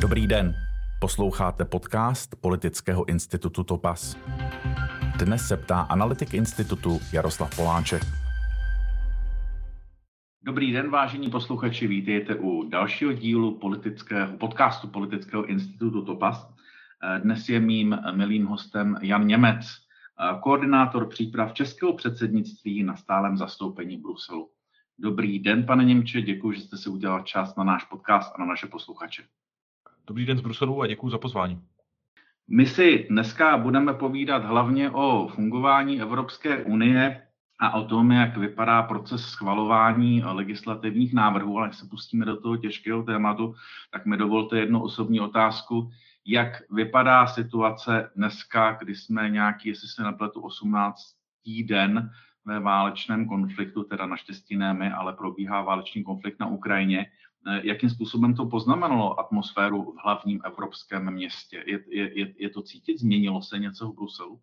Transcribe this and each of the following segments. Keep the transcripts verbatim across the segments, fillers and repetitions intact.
Dobrý den, posloucháte podcast Politického institutu Topaz. Dnes se ptá analytik institutu Jaroslav Poláček. Dobrý den, vážení posluchači, vítejte u dalšího dílu politického podcastu Politického institutu Topaz. Dnes je mým milým hostem Jan Němec, koordinátor příprav českého předsednictví na stálém zastoupení v Bruselu. Dobrý den, pane Němče, děkuji, že jste si udělal čas na náš podcast a na naše posluchače. Dobrý den z Bruselu a děkuji za pozvání. My si dneska budeme povídat hlavně o fungování Evropské unie a o tom, jak vypadá proces schvalování legislativních návrhů, ale když se pustíme do toho těžkého tématu, tak mi dovolte jednu osobní otázku. Jak vypadá situace dneska, kdy jsme nějaký, jestli se nepletu, osmnáctý den ve válečném konfliktu, teda naštěstí ne my, ale probíhá válečný konflikt na Ukrajině. Jakým způsobem to poznamenalo atmosféru v hlavním evropském městě? Je, je, je to cítit? Změnilo se něco v Bruselu?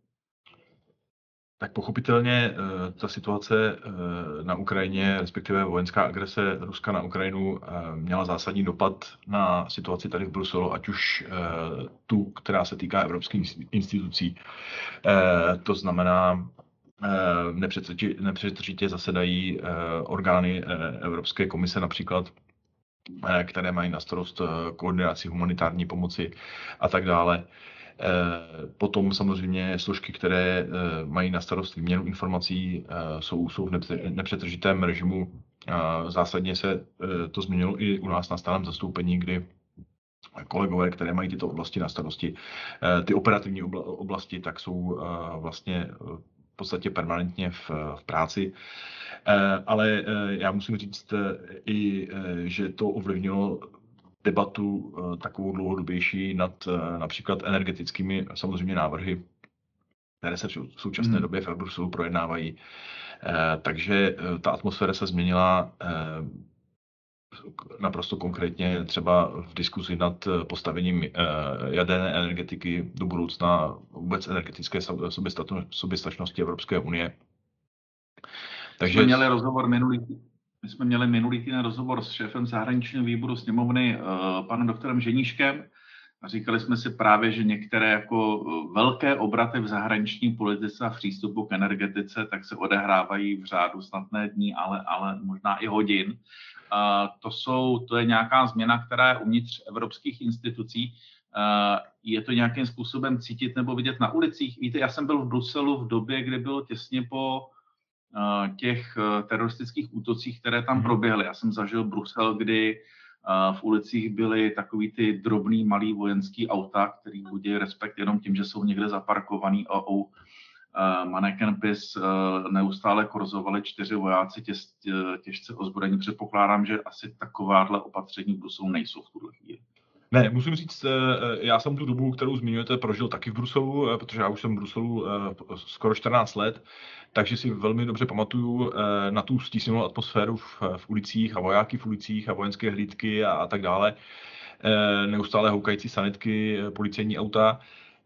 Tak pochopitelně ta situace na Ukrajině, respektive vojenská agrese Ruska na Ukrajinu, měla zásadní dopad na situaci tady v Bruselu, ať už tu, která se týká evropských institucí. To znamená, nepřetržitě zasedají orgány Evropské komise například, které mají na starost koordinaci humanitární pomoci a tak dále. Potom samozřejmě složky, které mají na starost výměnu informací, jsou, jsou v nepřetržitém režimu. Zásadně se to změnilo i u nás na stálém zastoupení, kdy kolegové, které mají tyto oblasti na starosti, ty operativní oblasti, tak jsou vlastně v podstatě permanentně v, v práci. Ale já musím říct i, že to ovlivnilo debatu takovou dlouhodobější nad například energetickými samozřejmě návrhy, které se v současné hmm. době v Bruselu projednávají. Takže ta atmosféra se změnila naprosto konkrétně třeba v diskuzi nad postavením jaderné energetiky do budoucna, vůbec energetické soběstačnosti Evropské unie. Takže jsme měli rozhovor minulý, my jsme měli minulý týden rozhovor s šéfem zahraničního výboru sněmovny, panem doktorem Ženíškem, a říkali jsme si právě, že některé jako velké obraty v zahraniční politice a v přístupu k energetice tak se odehrávají v řádu snad ne dní, ale, ale možná i hodin. Uh, to, jsou, to je nějaká změna, která je uvnitř evropských institucí. Uh, je to nějakým způsobem cítit nebo vidět na ulicích? Víte, já jsem byl v Bruselu v době, kdy bylo těsně po uh, těch uh, teroristických útocích, které tam proběhly. Já jsem zažil Brusel, kdy uh, v ulicích byly takový ty drobný malý vojenský auta, který budí respekt jenom tím, že jsou někde zaparkovaný a u Uh, Maneken Pis uh, neustále korzovali čtyři vojáci těž, těžce ozbrojení. Předpokládám, že asi takováhle opatření v Bruselu nejsou v tuhle chvíli. Ne, musím říct, já jsem tu dobu, kterou zmiňujete, prožil taky v Bruselu, protože já už jsem v Bruselu skoro čtrnáct let, takže si velmi dobře pamatuju na tu stísněnou atmosféru v, v ulicích a vojáky v ulicích a vojenské hlídky a, a tak dále. Neustále houkající sanitky, policejní auta.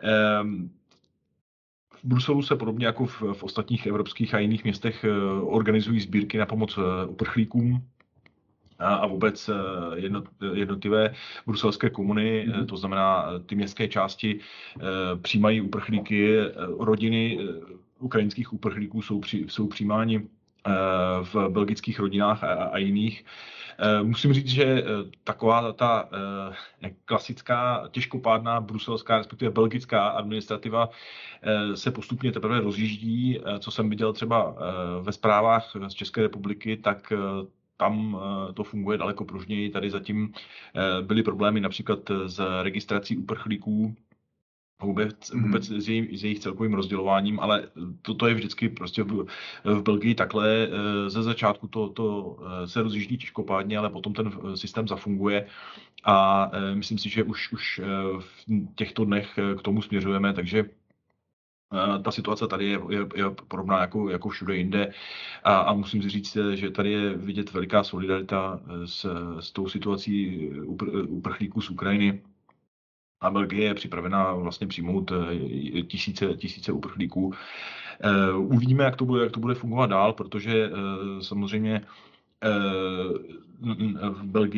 V Bruselu se podobně jako v, v ostatních evropských a jiných městech organizují sbírky na pomoc uprchlíkům a, a vůbec jedno, jednotlivé bruselské komuny, mm. to znamená ty městské části, přijímají uprchlíky, rodiny ukrajinských uprchlíků jsou, při, jsou přijímáni v belgických rodinách a, a jiných. Musím říct, že taková ta klasická, těžkopádná bruselská, respektive belgická administrativa se postupně teprve rozjíždí. Co jsem viděl třeba ve zprávách z České republiky, tak tam to funguje daleko pružněji. Tady zatím byly problémy například s registrací uprchlíků, vůbec, vůbec s, jej, s jejich celkovým rozdělováním, ale toto je vždycky prostě v, v Belgii takhle. Ze začátku to, to se rozjíždí těžkopádně, ale potom ten systém zafunguje a myslím si, že už, už v těchto dnech k tomu směřujeme, takže ta situace tady je, je, je podobná jako, jako všude jinde a, a musím si říct, že tady je vidět veliká solidarita s, s tou situací upr, uprchlíků z Ukrajiny. A Belgie je připravená vlastně přijmout tisíce, tisíce uprchlíků. Uvidíme, jak to bude, jak to bude fungovat dál, protože samozřejmě v Belgii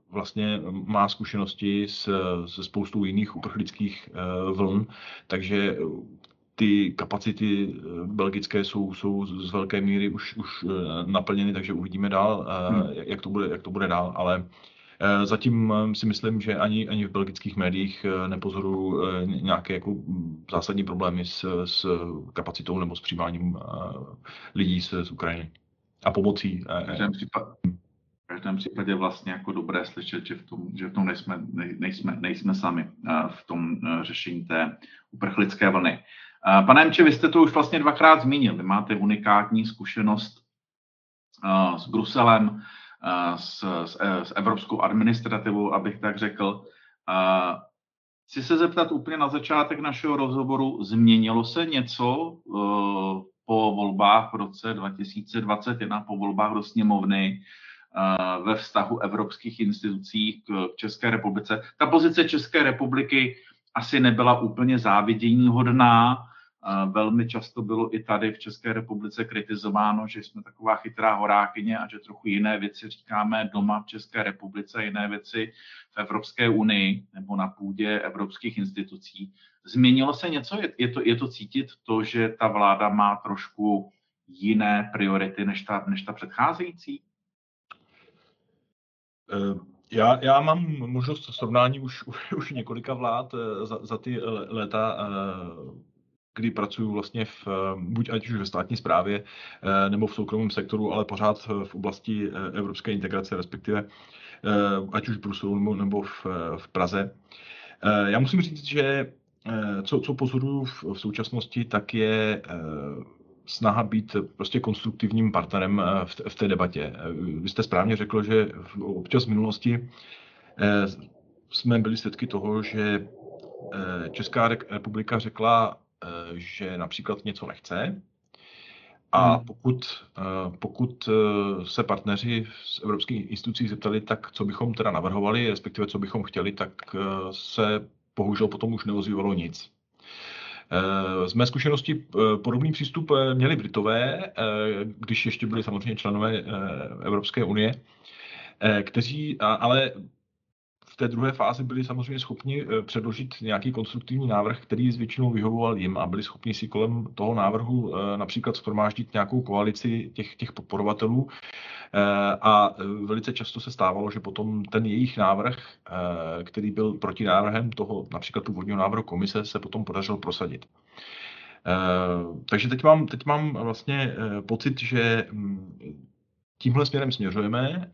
vlastně má zkušenosti s, se spoustou jiných uprchlických vln, takže ty kapacity belgické jsou, jsou z velké míry už, už naplněny, takže uvidíme dál, hmm. jak, to bude, jak to bude dál, ale zatím si myslím, že ani, ani v belgických médiích nepozoruju nějaké jako zásadní problémy s, s kapacitou nebo s přijímáním lidí z, z Ukrajiny a pomocí. V každém případě, v každém případě vlastně jako dobré slyšet, že v tom, že v tom nejsme, nejsme, nejsme sami v tom řešení té uprchlické vlny. Pane Emče, vy jste to už vlastně dvakrát zmínil. Vy máte unikátní zkušenost s Bruselem, S, s, s evropskou administrativou, abych tak řekl. Chci se zeptat úplně na začátek našeho rozhovoru, změnilo se něco po volbách v roce dva tisíce dvacet jedna, po volbách do sněmovny ve vztahu evropských institucí k České republice? Ta pozice České republiky asi nebyla úplně záviděníhodná. Velmi často bylo i tady v České republice kritizováno, že jsme taková chytrá horákyně a že trochu jiné věci říkáme doma v České republice, jiné věci v Evropské unii nebo na půdě evropských institucí. Změnilo se něco? Je to, je to cítit to, že ta vláda má trošku jiné priority než ta, než ta předcházející? Já, já mám možnost srovnání už, už, už několika vlád za, za ty léta, kdy pracuju vlastně v, buď ať už ve státní správě nebo v soukromém sektoru, ale pořád v oblasti evropské integrace, respektive ať už v Bruselu nebo v, v Praze. Já musím říct, že co, co pozoruju v, v současnosti, tak je snaha být prostě konstruktivním partnerem v, v té debatě. Vy jste správně řekl, že občas v minulosti jsme byli svědky toho, že Česká republika řekla, že například něco nechce a pokud, pokud se partneři z evropských institucí zeptali, tak co bychom teda navrhovali, respektive co bychom chtěli, tak se bohužel potom už neozývalo nic. Z mé zkušenosti podobný přístup měli Britové, když ještě byli samozřejmě členové Evropské unie, kteří ale v té druhé fázi byli samozřejmě schopni předložit nějaký konstruktivní návrh, který většinou vyhovoval jim a byli schopni si kolem toho návrhu například shromáždit nějakou koalici těch, těch podporovatelů. A velice často se stávalo, že potom ten jejich návrh, který byl protinávrhem toho například původního návrhu komise, se potom podařilo prosadit. Takže teď mám, teď mám vlastně pocit, že tímhle směrem směřujeme.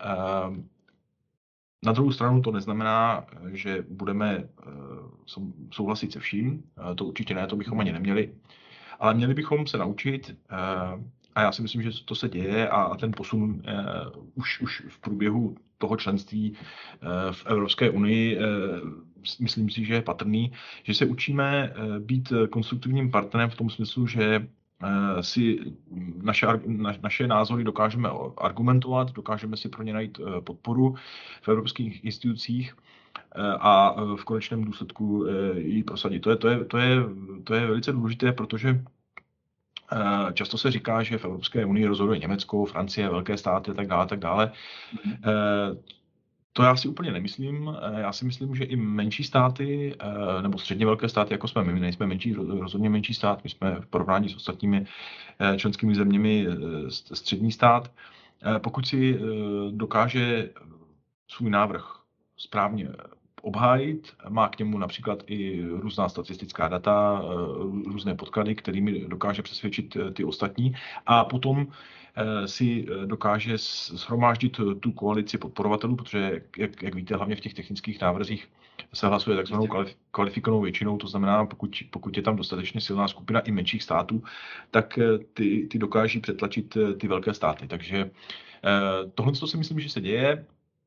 Na druhou stranu to neznamená, že budeme souhlasit se vším, to určitě ne, to bychom ani neměli, ale měli bychom se naučit, a já si myslím, že to se děje a ten posun už, už v průběhu toho členství v Evropské unii, myslím si, že je patrný, že se učíme být konstruktivním partnerem v tom smyslu, že si naše, naše názory dokážeme argumentovat, dokážeme si pro ně najít podporu v evropských institucích a v konečném důsledku ji prosadit. To je, to je, to je, to je velice důležité, protože často se říká, že v Evropské unii rozhoduje Německo, Francie, velké státy a tak dále, tak dále. Mm. To já si úplně nemyslím. Já si myslím, že i menší státy, nebo středně velké státy, jako jsme my, my nejsme menší, rozhodně menší stát, my jsme v porovnání s ostatními členskými zeměmi střední stát. Pokud si dokáže svůj návrh správně obhájit, má k němu například i různá statistická data, různé podklady, kterými dokáže přesvědčit ty ostatní a potom si dokáže shromáždit tu koalici podporovatelů, protože, jak, jak víte, hlavně v těch technických návrzích se hlasuje takzvanou kvalifikovanou většinou, to znamená, pokud, pokud je tam dostatečně silná skupina i menších států, tak ty, ty dokáží přetlačit ty velké státy. Takže tohle si myslím, že se děje.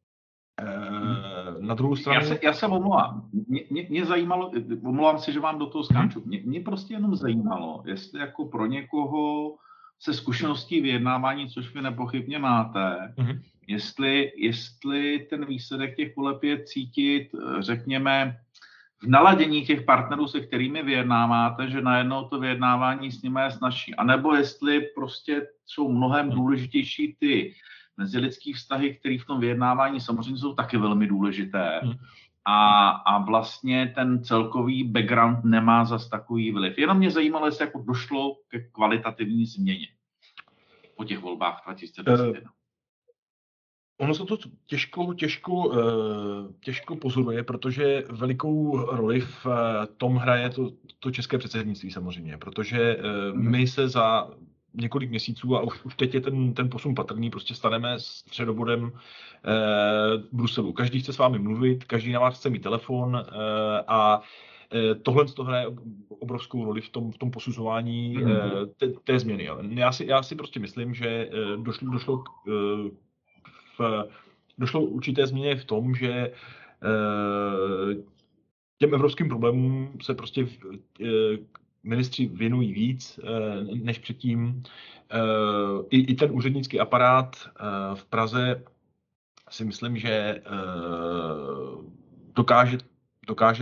Na druhou stranu... Já se, já se omlouvám. Mě, mě, mě zajímalo, omlouvám se, že vám do toho skáču. Mě, mě prostě jenom zajímalo, jestli jako pro někoho se zkušeností vyjednávání, což vy nepochybně máte, mm-hmm. jestli, jestli ten výsledek těch voleb je cítit, řekněme, v naladění těch partnerů, se kterými vyjednáváte, že najednou to vyjednávání s nimi je snazší. A nebo jestli prostě jsou mnohem důležitější ty mezilidský vztahy, které v tom vyjednávání samozřejmě jsou taky velmi důležité. Hmm. A, a vlastně ten celkový background nemá zas takový vliv. Jenom mě zajímalo, jestli jako došlo ke kvalitativní změně po těch volbách dva tisíce dvacet jedna. Uh, ono se to těžko, těžko, těžko pozoruje, protože velikou roli v tom hraje to, to české předsednictví samozřejmě, protože my se za několik měsíců, a už, už teď je ten, ten posun patrný, prostě staneme středobodem eh, Bruselu. Každý chce s vámi mluvit, každý na vás chce mít telefon eh, a eh, tohle to hraje obrovskou roli v tom, v tom posuzování eh, té, té změny. Já si, já si prostě myslím, že eh, došlo, došlo, k, eh, v, došlo určité změně v tom, že eh, těm evropským problémům se prostě eh, ministři věnují víc než předtím. I, i ten úřednický aparát v Praze si myslím, že dokáže, dokáže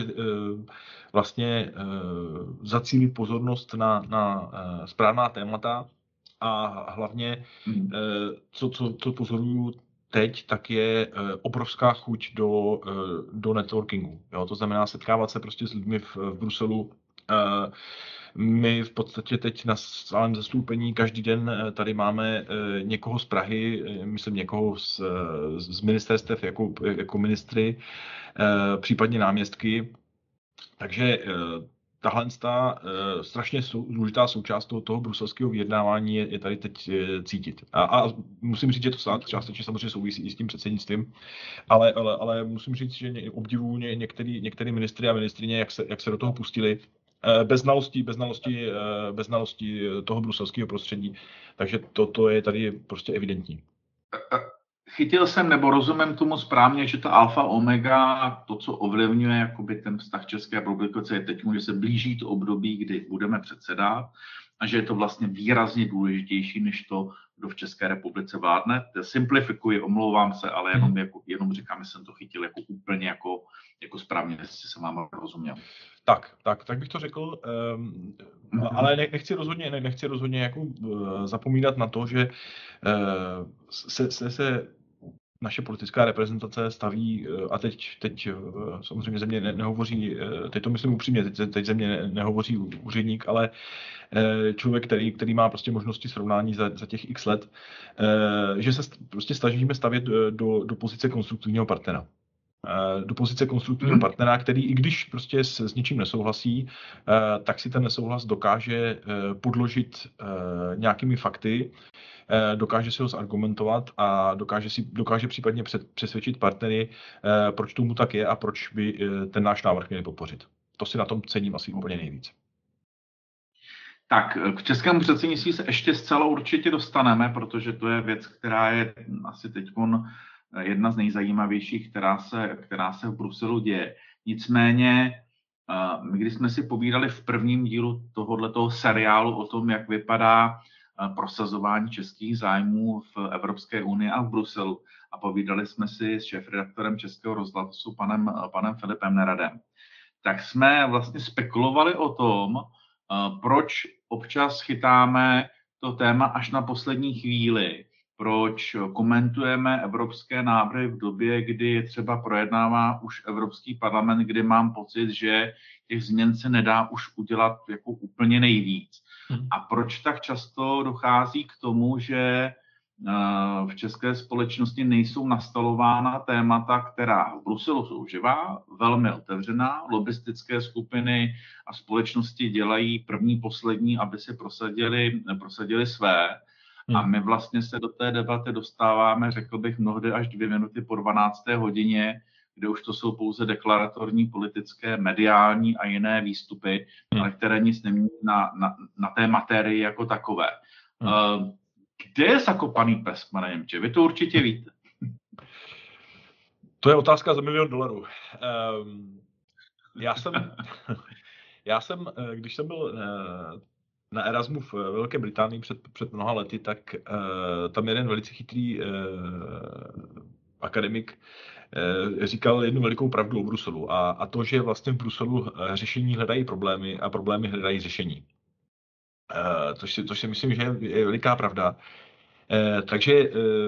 vlastně zacílit pozornost na, na správná témata a hlavně, co, co, co pozoruju teď, tak je obrovská chuť do, do networkingu. Jo? To znamená setkávat se prostě s lidmi v, v Bruselu. Uh, my v podstatě teď na svém zastoupení každý den tady máme uh, někoho z Prahy, myslím někoho z, z ministerstev jako, jako ministry, uh, případně náměstky. Takže uh, tahle ta, uh, strašně sou, důležitá součást toho, toho bruselského vyjednávání je, je tady teď uh, cítit. A, a musím říct, že to částečně samozřejmě souvisí i s tím předsednictvím, ale, ale, ale musím říct, že obdivuju ně, některý, některý ministry a ministrině, jak se, jak se do toho pustili, bez znalosti, bez znalosti, bez znalosti toho bruselského prostředí. Takže toto je tady prostě evidentní. Chytil jsem, nebo rozumím tomu správně, že ta alfa omega, to, co ovlivňuje jakoby ten vztah České republiky, je teď, že se blíží to období, kdy budeme předsedat a že je to vlastně výrazně důležitější, než to, kdo v České republice vládne. Simplifikuji, omlouvám se, ale jenom, jako, jenom říkám, že jsem to chytil jako úplně jako, jako správně, jestli jsem vám rozuměl. Tak, tak, tak bych to řekl, um, mm-hmm. ale nechci rozhodně, nechci rozhodně jako, uh, zapomínat na to, že uh, se, se, se naše politická reprezentace staví, uh, a teď, teď uh, samozřejmě země ne, nehovoří, uh, teď to myslím upřímně, teď, teď země ne, nehovoří úředník, ale uh, člověk, který, který má prostě možnosti srovnání za, za těch x let, uh, že se st- prostě snažíme stavět do, do pozice konstruktivního partnera. do pozice konstruktivního partnera, který i když prostě s, s ničím nesouhlasí, tak si ten nesouhlas dokáže podložit nějakými fakty, dokáže si ho zargumentovat a dokáže, si, dokáže případně před, přesvědčit partnery, proč tomu tak je a proč by ten náš návrh měli podpořit. To si na tom cením asi úplně nejvíc. Tak, k českému předsednictví se ještě zcela určitě dostaneme, protože to je věc, která je asi teďkon jedna z nejzajímavějších, která se, která se v Bruselu děje. Nicméně, my když jsme si povídali v prvním dílu tohoto seriálu o tom, jak vypadá prosazování českých zájmů v Evropské unii a v Bruselu, a povídali jsme si s šéfredaktorem Českého rozhlasu panem, panem Filipem Neradem, tak jsme vlastně spekulovali o tom, proč občas chytáme to téma až na poslední chvíli, proč komentujeme evropské návrhy v době, kdy je třeba projednává už Evropský parlament, kdy mám pocit, že těch změn se nedá už udělat jako úplně nejvíc. A proč tak často dochází k tomu, že v české společnosti nejsou nastalována témata, která v Bruselu jsou živá, velmi otevřená, lobistické skupiny a společnosti dělají první, poslední, aby si prosadili, prosadili své. A my vlastně se do té debaty dostáváme, řekl bych, mnohdy až dvě minuty po dvanácté hodině, kde už to jsou pouze deklaratorní, politické, mediální a jiné výstupy, hmm. ale které nic nemění na, na, na té materii jako takové. Hmm. Kde je zakopaný pes, pane Němče? Vy to určitě víte. To je otázka za milion dolarů. Um, já jsem, já jsem, když jsem byl na Erasmu v Velké Británii před, před mnoha lety, tak uh, tam jeden velice chytrý uh, akademik uh, říkal jednu velikou pravdu o Bruselu. A, a to, že vlastně v Bruselu uh, řešení hledají problémy a problémy hledají řešení. Uh, což, si, což si myslím, že je, je veliká pravda. Uh, takže uh,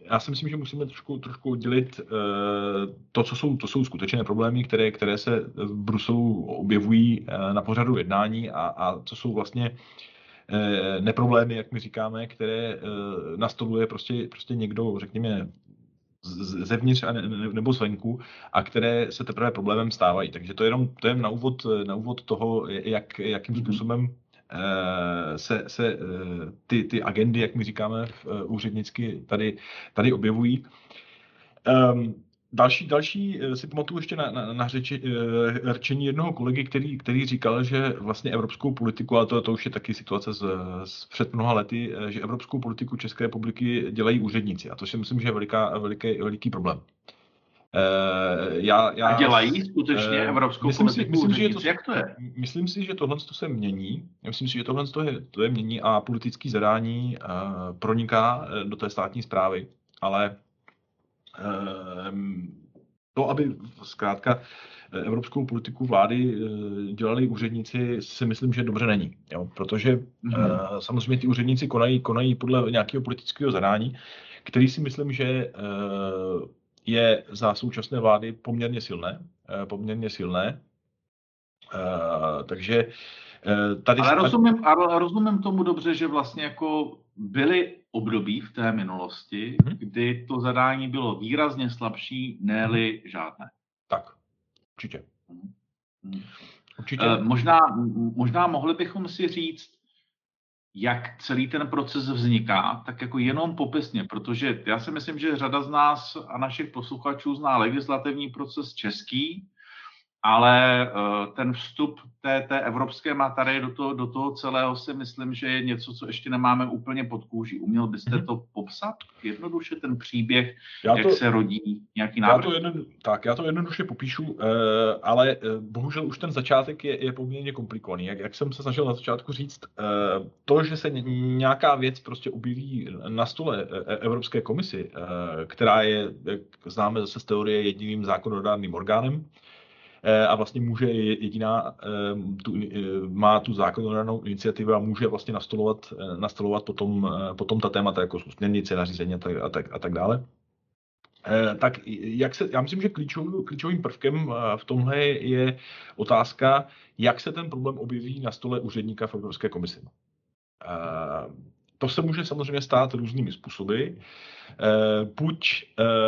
já si myslím, že musíme trošku, trošku oddělit uh, to, co jsou, to jsou skutečné problémy, které, které se v Bruselu objevují uh, na pořadu jednání a, a co jsou vlastně uh, neproblémy, jak my říkáme, které uh, nastoluje prostě, prostě někdo, řekněme, zevnitř nebo zvenku a které se teprve problémem stávají. Takže to je jenom, to je na úvod, na úvod toho, jak, jakým způsobem se, se ty, ty agendy, jak my říkáme úřednicky, tady, tady objevují. Um, další, další si pamatuju ještě na, na, na řeči, řečení jednoho kolegy, který, který říkal, že vlastně evropskou politiku, a to, to už je taky situace z, z před mnoha lety, že evropskou politiku České republiky dělají úředníci. A to si myslím, že je veliká, veliký, veliký problém. Uh, já, já, a dělají skutečně uh, evropskou myslím politiku? Si, myslím, že to, jak to je? Myslím si, že tohle se mění. Myslím si, že tohle je, to je mění a politické zadání uh, proniká do té státní správy. Ale uh, to, aby zkrátka evropskou politiku vlády dělali úředníci, si myslím, že dobře není. Jo? Protože mm-hmm. uh, samozřejmě ty úředníci konají, konají podle nějakého politického zadání, který si myslím, že uh, je za současné vlády poměrně silné. Poměrně silné. Takže tady... Ale rozumím, ale rozumím tomu dobře, že vlastně jako byly období v té minulosti, hmm. kdy to zadání bylo výrazně slabší, ne-li žádné. Tak, určitě. Hmm. určitě. Možná, možná mohli bychom si říct, jak celý ten proces vzniká, tak jako jenom popisně, protože já si myslím, že řada z nás a našich posluchačů zná legislativní proces český, ale uh, ten vstup té, té evropské materie do toho, do toho celého si myslím, že je něco, co ještě nemáme úplně pod kůží. Uměl byste mm-hmm. to popsat? Jednoduše ten příběh, já jak to, se rodí nějaký návrh? Já to jedno, tak, já to jednoduše popíšu, uh, ale uh, bohužel už ten začátek je, je poměrně komplikovaný. Jak, jak jsem se snažil na začátku říct, uh, to, že se nějaká věc prostě objeví na stole Evropské komisi, uh, která je, jak známe zase z teorie, jediným zákonodárným orgánem, a vlastně může jediná, tu, má tu zákonodárnou iniciativu a může vlastně nastolovat, nastolovat potom, potom ta témata jako jsou směrnice, nařízení a tak, a tak, a tak dále. Tak jak se, já myslím, že klíčovým, klíčovým prvkem v tomhle je otázka, jak se ten problém objeví na stole úředníka v Evropské komisi. To se může samozřejmě stát různými způsoby. Buď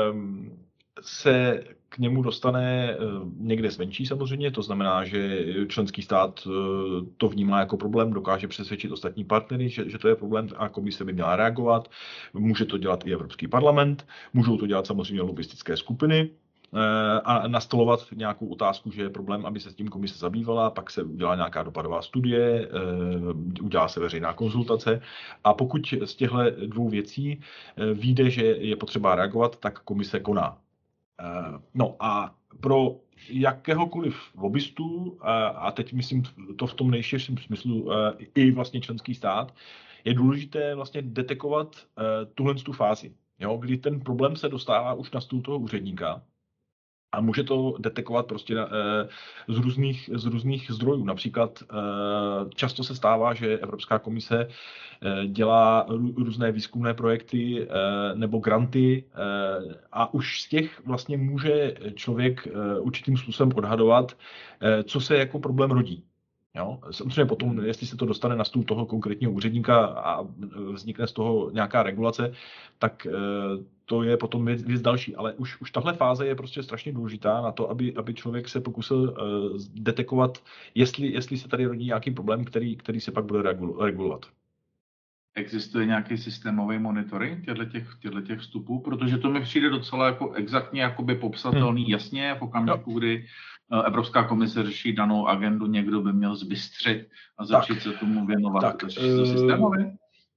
se k němu dostane někde zvenčí samozřejmě, to znamená, že členský stát to vnímá jako problém, dokáže přesvědčit ostatní partnery, že, že to je problém a komise by měla reagovat. Může to dělat i Evropský parlament, můžou to dělat samozřejmě lobistické skupiny a nastolovat nějakou otázku, že je problém, aby se s tím komise zabývala, pak se udělá nějaká dopadová studie, udělá se veřejná konzultace a pokud z těchto dvou věcí vyjde, že je potřeba reagovat, tak komise koná. No a pro jakéhokoliv lobbystu, a teď myslím to v tom nejširším smyslu i vlastně členský stát, je důležité vlastně detekovat tuhle tu fázi, jo, kdy ten problém se dostává už na stůl toho úředníka a může to detekovat prostě z různých, z různých zdrojů. Například často se stává, že Evropská komise dělá různé výzkumné projekty nebo granty a už z těch vlastně může člověk určitým způsobem odhadovat, co se jako problém rodí. Jo? Samozřejmě potom, jestli se to dostane na stůl toho konkrétního úředníka a vznikne z toho nějaká regulace, tak to je potom věc, věc další. Ale už, už tahle fáze je prostě strašně důležitá na to, aby, aby člověk se pokusil uh, detekovat, jestli, jestli se tady rodí nějaký problém, který, který se pak bude regulovat. Existuje nějaký systémový monitoring těchto těch vstupů? Protože to mi přijde docela jako exaktně jakoby popsatelný hmm. jasně v okamžiku, no. kdy Evropská komise řeší danou agendu, někdo by měl zbystřit a začít tak, se tomu věnovat. Tak, to systémově?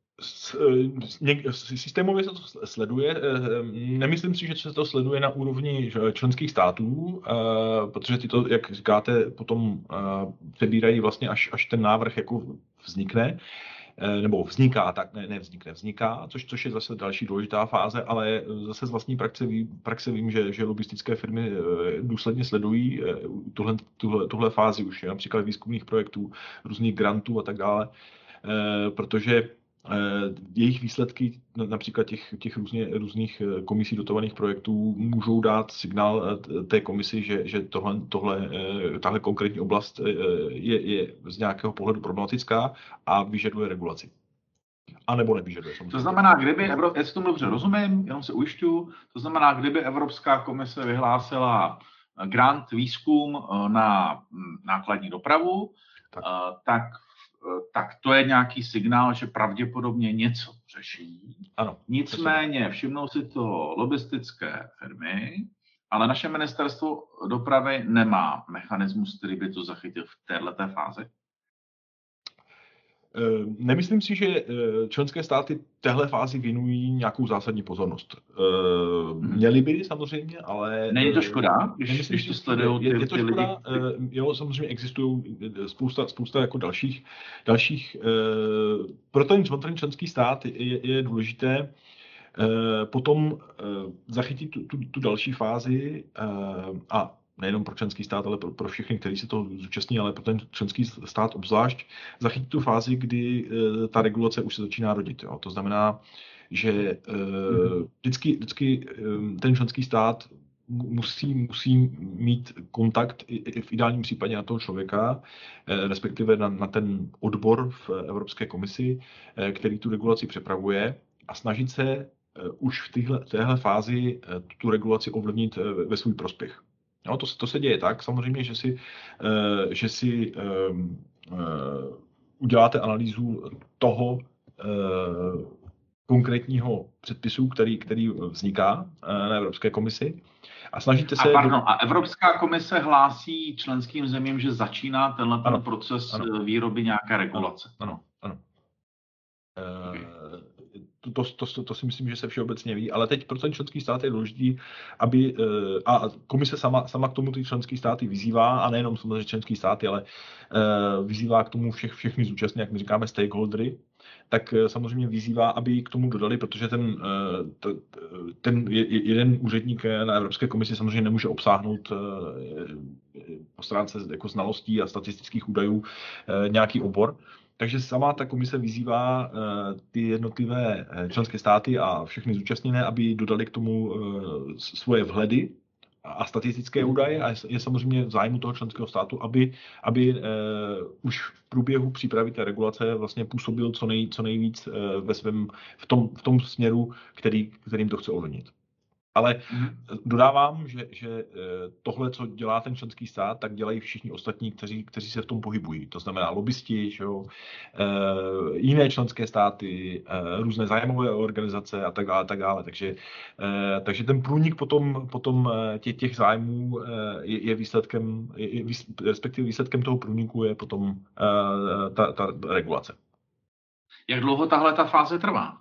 Systémově se to sleduje. Nemyslím si, že se to sleduje na úrovni členských států, protože ty to, jak říkáte, potom přebírají vlastně, až, až ten návrh jako vznikne. Nebo vzniká, tak ne, nevznikne, vzniká, což, což je zase další důležitá fáze, ale zase z vlastní praxe, ví, praxe vím, že, že lobistické firmy důsledně sledují tuhle, tuhle, tuhle fázi už, například výzkumných projektů, různých grantů a tak dále, protože jejich výsledky, například těch, těch různě, různých komisí dotovaných projektů, můžou dát signál té komisi, že, že tohle, tohle, tahle konkrétní oblast je, je z nějakého pohledu problematická a vyžaduje regulaci. A nebo nevyžaduje. Samozřejmě. To znamená, kdyby, Evro... jestli tomu dobře rozumím, jenom se ujišťuju, to znamená, kdyby Evropská komise vyhlásila grant výzkum na nákladní dopravu, tak, tak, tak to je nějaký signál, že pravděpodobně něco řeší. Ano, nicméně všimnou si to lobistické firmy, ale naše ministerstvo dopravy nemá mechanismus, který by to zachytil v této fázi. Nemyslím si, že členské státy téhle fázi věnují nějakou zásadní pozornost. Měli by samozřejmě, ale... Není to škoda, když, když to sledují je, je to škoda, jo, samozřejmě existují spousta, spousta jako dalších, dalších pro ten členský stát je, je důležité potom zachytit tu, tu, tu další fázi a nejenom pro členský stát, ale pro, pro všechny, kteří se toho zúčastní, ale pro ten členský stát obzvlášť, zachytit tu fázi, kdy e, ta regulace už se začíná rodit. Jo. To znamená, že e, vždycky, vždycky e, ten členský stát musí, musí mít kontakt i, i v ideálním případě na toho člověka, e, respektive na, na ten odbor v Evropské komisi, e, který tu regulaci připravuje a snažit se e, už v téhle, téhle fázi e, tu regulaci ovlivnit e, ve svůj prospěch. No, to, to se děje tak, samozřejmě, že si, uh, že si um, uh, uděláte analýzu toho uh, konkrétního předpisu, který, který vzniká uh, na Evropské komisi a snažíte se... A, pardon, do... a Evropská komise hlásí členským zemím, že začíná tenhle ano, proces ano. výroby nějaké regulace. Ano, ano. ano. Okay. To, to, to, to si myslím, že se všeobecně ví, ale teď pro ten členský stát je důležitý, aby, a komise sama, sama k tomu ty členský státy vyzývá, a nejenom samozřejmě členský státy, ale vyzývá k tomu všech, všechny zúčastné, jak my říkáme, stakeholdery, tak samozřejmě vyzývá, aby k tomu dodali, protože ten, ten jeden úředník na Evropské komisi samozřejmě nemůže obsáhnout po stránce jako znalostí a statistických údajů nějaký obor. Takže sama ta komise vyzývá uh, ty jednotlivé členské státy a všechny zúčastněné, aby dodali k tomu uh, svoje vhledy a statistické údaje a je, je samozřejmě v zájmu toho členského státu, aby, aby uh, už v průběhu přípravy té regulace vlastně působil co, nej, co nejvíc uh, ve svém, v tom, v tom směru, který, kterým to chce ovlivnit. Ale mm. dodávám, že, že tohle, co dělá ten členský stát, tak dělají všichni ostatní, kteří, kteří se v tom pohybují. To znamená lobbysti, že jo, e, jiné členské státy, e, různé zájmové organizace a tak dále. Tak dále. Takže, e, takže ten průnik potom, potom těch, těch zájmů je, je výsledkem, je, respektive výsledkem toho průniku je potom e, ta, ta regulace. Jak dlouho tahle ta fáze trvá?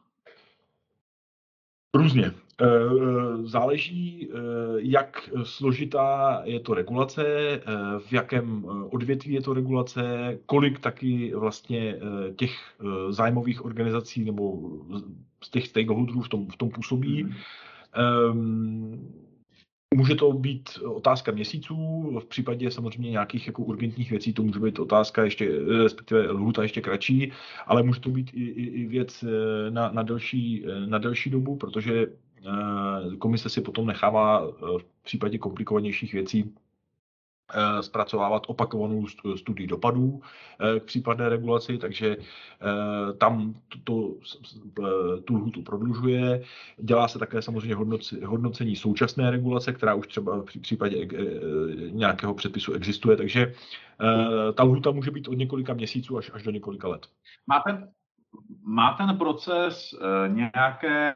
Různě. Záleží, jak složitá je to regulace, v jakém odvětví je to regulace, kolik taky vlastně těch zájmových organizací nebo z těch stakeholderů v tom, v tom působí. Mm. Může to být otázka měsíců, v případě samozřejmě nějakých jako urgentních věcí to může být otázka ještě, respektive lhůta ještě kratší, ale může to být i, i, i věc na, na, delší, na delší dobu, protože komise si potom nechává v případě komplikovanějších věcí zpracovávat opakovanou studii dopadů k případné regulaci, takže tam to, tu lhůtu prodlužuje. Dělá se také samozřejmě hodnocení současné regulace, která už třeba v případě nějakého předpisu existuje, takže ta lhůta může být od několika měsíců až, až do několika let. Má ten, má ten proces nějaké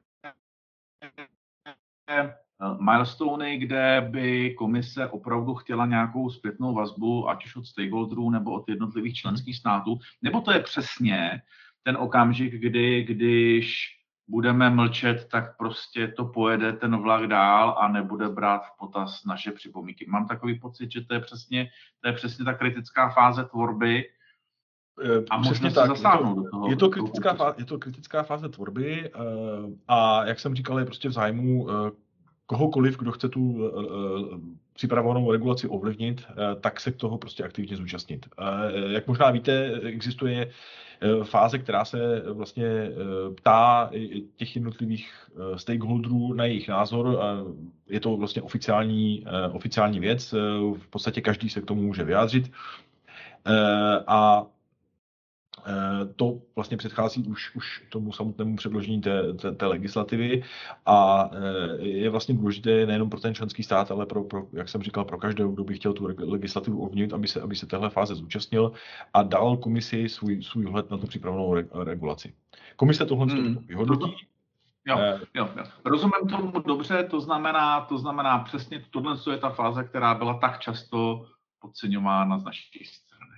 milestony, kde by komise opravdu chtěla nějakou zpětnou vazbu, ať už od stakeholderů nebo od jednotlivých členských států, nebo to je přesně ten okamžik, kdy, když budeme mlčet, tak prostě to pojede ten vlak dál a nebude brát v potaz naše připomínky. Mám takový pocit, že to je přesně, to je přesně ta kritická fáze tvorby, a přesně tak. Je to, toho, je, to kritická fáze, je to kritická fáze tvorby a jak jsem říkal, je prostě v zájmu kohokoliv, kdo chce tu připravovanou regulaci ovlivnit, tak se k toho prostě aktivně zúčastnit. Jak možná víte, existuje fáze, která se vlastně ptá těch jednotlivých stakeholderů na jejich názor. Je to vlastně oficiální, oficiální věc. V podstatě každý se k tomu může vyjádřit. A to vlastně předchází už, už tomu samotnému předložení té, té, té legislativy a je vlastně důležité nejenom pro ten členský stát, ale pro, pro, jak jsem říkal, pro každého, kdo by chtěl tu legislativu ovlivnit, aby se, aby se téhle fáze zúčastnil a dal komisi svůj, svůj vhled na tu připravenou regulaci. Komise tohle hmm. vyhodnotí. Jo, jo, jo. Rozumím tomu dobře, to znamená, to znamená přesně, tohle je ta fáze, která byla tak často podceňována z naší strany.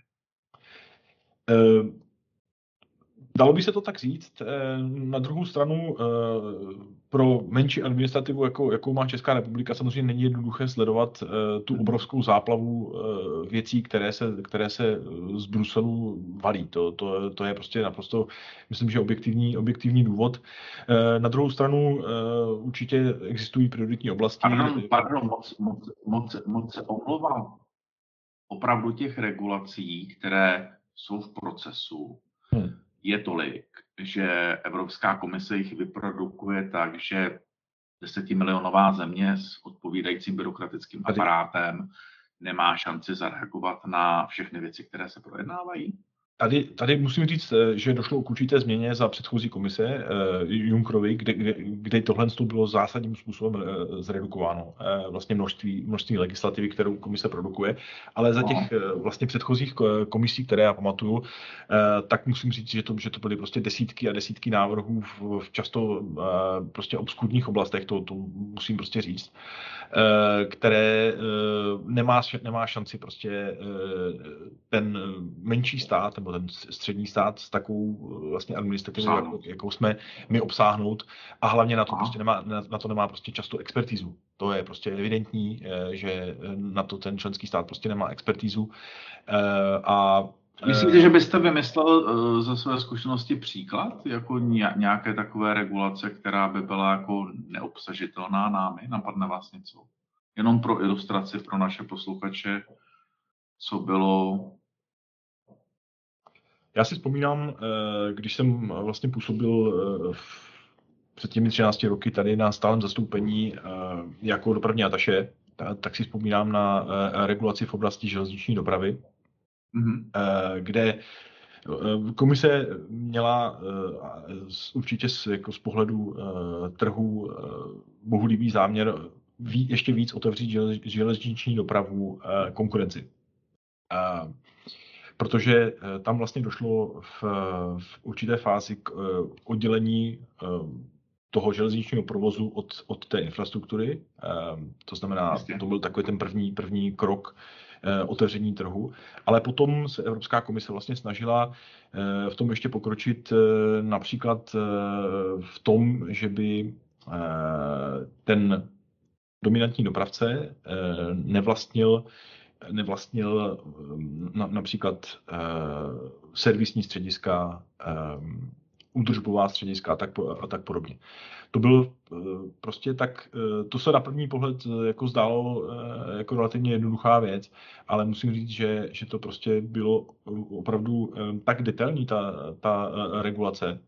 Uh, Dalo by se to tak říct. Na druhou stranu pro menší administrativu, jako, jakou má Česká republika, samozřejmě není jednoduché sledovat tu obrovskou záplavu věcí, které se, které se z Bruselu valí. To, to, to je prostě naprosto, myslím, že objektivní, objektivní důvod. Na druhou stranu určitě existují prioritní oblasti. Pardon, pardon moc, moc, moc, moc se omlouvám. Opravdu těch regulací, které jsou v procesu, hmm. je tolik, že Evropská komise jich vyprodukuje tak, že desetimilionová země s odpovídajícím byrokratickým aparátem nemá šanci zareagovat na všechny věci, které se projednávají? Tady, tady musím říct, že došlo k určité změně za předchozí komise eh, Junckerovi, kde, kde, kde tohle bylo zásadním způsobem eh, zredukováno. Eh, vlastně množství, množství legislativy, kterou komise produkuje. Ale za těch eh, vlastně předchozích komisí, které já pamatuju, eh, tak musím říct, že to, že to byly prostě desítky a desítky návrhů v, v často eh, prostě obskurních oblastech, to, to musím prostě říct, eh, které eh, nemá, nemá šanci prostě eh, ten menší stát, nebo ten střední stát s takovou vlastně administrativou, jako, jakou jsme my obsáhnout a hlavně na to, prostě nemá, na, na to nemá prostě často expertízu. To je prostě evidentní, že na to ten členský stát prostě nemá expertízu. A myslíte, že byste vymyslel ze své zkušenosti příklad jako nějaké takové regulace, která by byla jako neobsažitelná námi? Napadne vás něco? Jenom pro ilustraci pro naše posluchače, co bylo. Já si vzpomínám, když jsem vlastně působil před těmi třinácti roky tady na stálem zastoupení jako dopravní ataše, tak si vzpomínám na regulaci v oblasti železniční dopravy, mm-hmm. kde komise měla určitě z, jako z pohledu trhu bohulibý záměr ještě víc otevřít železniční dopravu konkurenci. Protože tam vlastně došlo v, v určité fázi k oddělení toho železničního provozu od, od té infrastruktury. To znamená, to byl takový ten první, první krok otevření trhu. Ale potom se Evropská komise vlastně snažila v tom ještě pokročit například v tom, že by ten dominantní dopravce nevlastnil nevlastnil na, například uh, servisní střediska, um, údržbová střediska a tak, a tak podobně. To byl uh, prostě tak, uh, to se na první pohled uh, jako zdálo uh, jako relativně jednoduchá věc, ale musím říct, že, že to prostě bylo opravdu um, tak detailní ta, ta uh, regulace uh,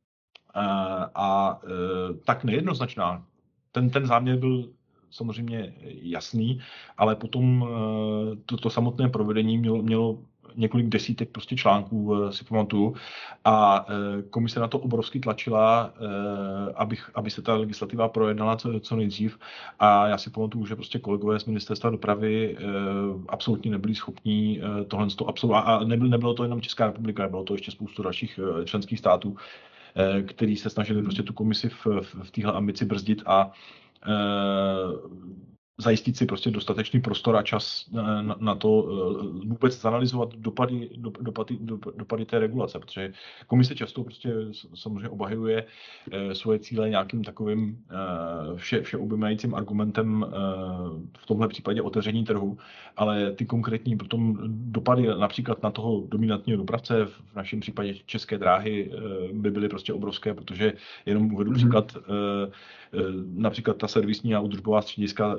a uh, tak nejednoznačná. Ten, ten záměr byl samozřejmě jasný, ale potom to, to samotné provedení mělo, mělo několik desítek prostě článků, si pamatuju, a komise na to obrovsky tlačila, aby, aby se ta legislativa projednala co, co nejdřív, a já si pamatuju, že prostě kolegové z ministerstva dopravy absolutně nebyli schopní tohle absolvovat, a nebylo, nebylo to jenom Česká republika, bylo to ještě spoustu dalších členských států, který se snažili prostě tu komisi v, v, v téhle ambici brzdit a zajistit si prostě dostatečný prostor a čas na, na, na to uh, vůbec zanalizovat dopady, do, dopady, do, dopady té regulace, protože komise často prostě samozřejmě obhajuje uh, svoje cíle nějakým takovým uh, vše, všeobjímajícím argumentem, uh, v tomhle případě otevření trhu, ale ty konkrétní potom dopady například na toho dominantního dopravce, v našem případě České dráhy, uh, by byly prostě obrovské, protože jenom uvedu mm-hmm. příklad, uh, například ta servisní a údržbová střediska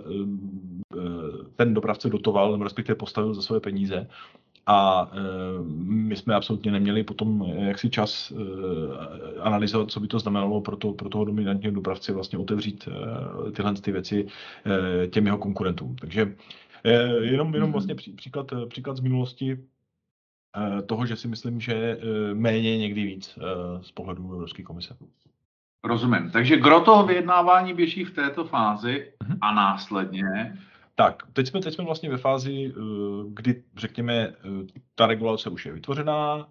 ten dopravce dotoval, nebo respektive postavil za své peníze a my jsme absolutně neměli potom jaksi čas analyzovat, co by to znamenalo pro, to, pro toho dominantního dopravce vlastně otevřít tyhle ty věci těm jeho konkurentům. Takže jenom, jenom vlastně příklad, příklad z minulosti toho, že si myslím, že méně je někdy víc z pohledu Evropské komise. Rozumím. Takže gro toho vyjednávání běží v této fázi uh-huh. a následně? Tak, teď jsme, teď jsme vlastně ve fázi, kdy, řekněme, ta regulace už je vytvořená.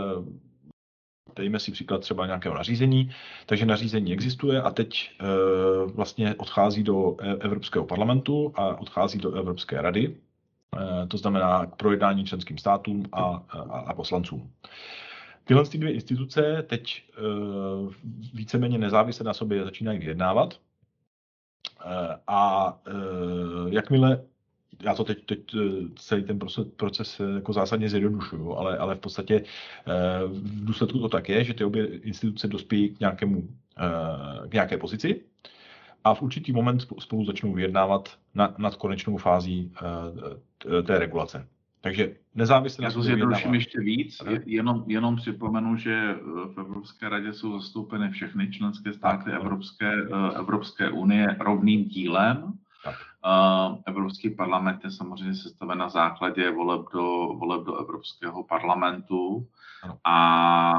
Dejme si příklad třeba nějakého nařízení. Takže nařízení existuje a teď vlastně odchází do Evropského parlamentu a odchází do Evropské rady. To znamená k projednání členským státům a, a, a poslancům. Tyhle ty dvě instituce teď uh, víceméně nezávisle na sobě začínají vyjednávat uh, a uh, jakmile, já to teď, teď celý ten proces, proces jako zásadně zjednodušuju, ale, ale v podstatě uh, v důsledku to tak je, že ty obě instituce dospějí k, nějakému, uh, k nějaké pozici a v určitý moment spolu začnou vyjednávat na, nad konečnou fází uh, té regulace. Takže nezávisle na to zjednoduším ještě víc, jenom, jenom připomenu, že v Evropské radě jsou zastoupeny všechny členské státy tak, Evropské, Evropské unie rovným dílem. Tak. Evropský parlament je samozřejmě sestaven na základě voleb do, voleb do Evropského parlamentu a,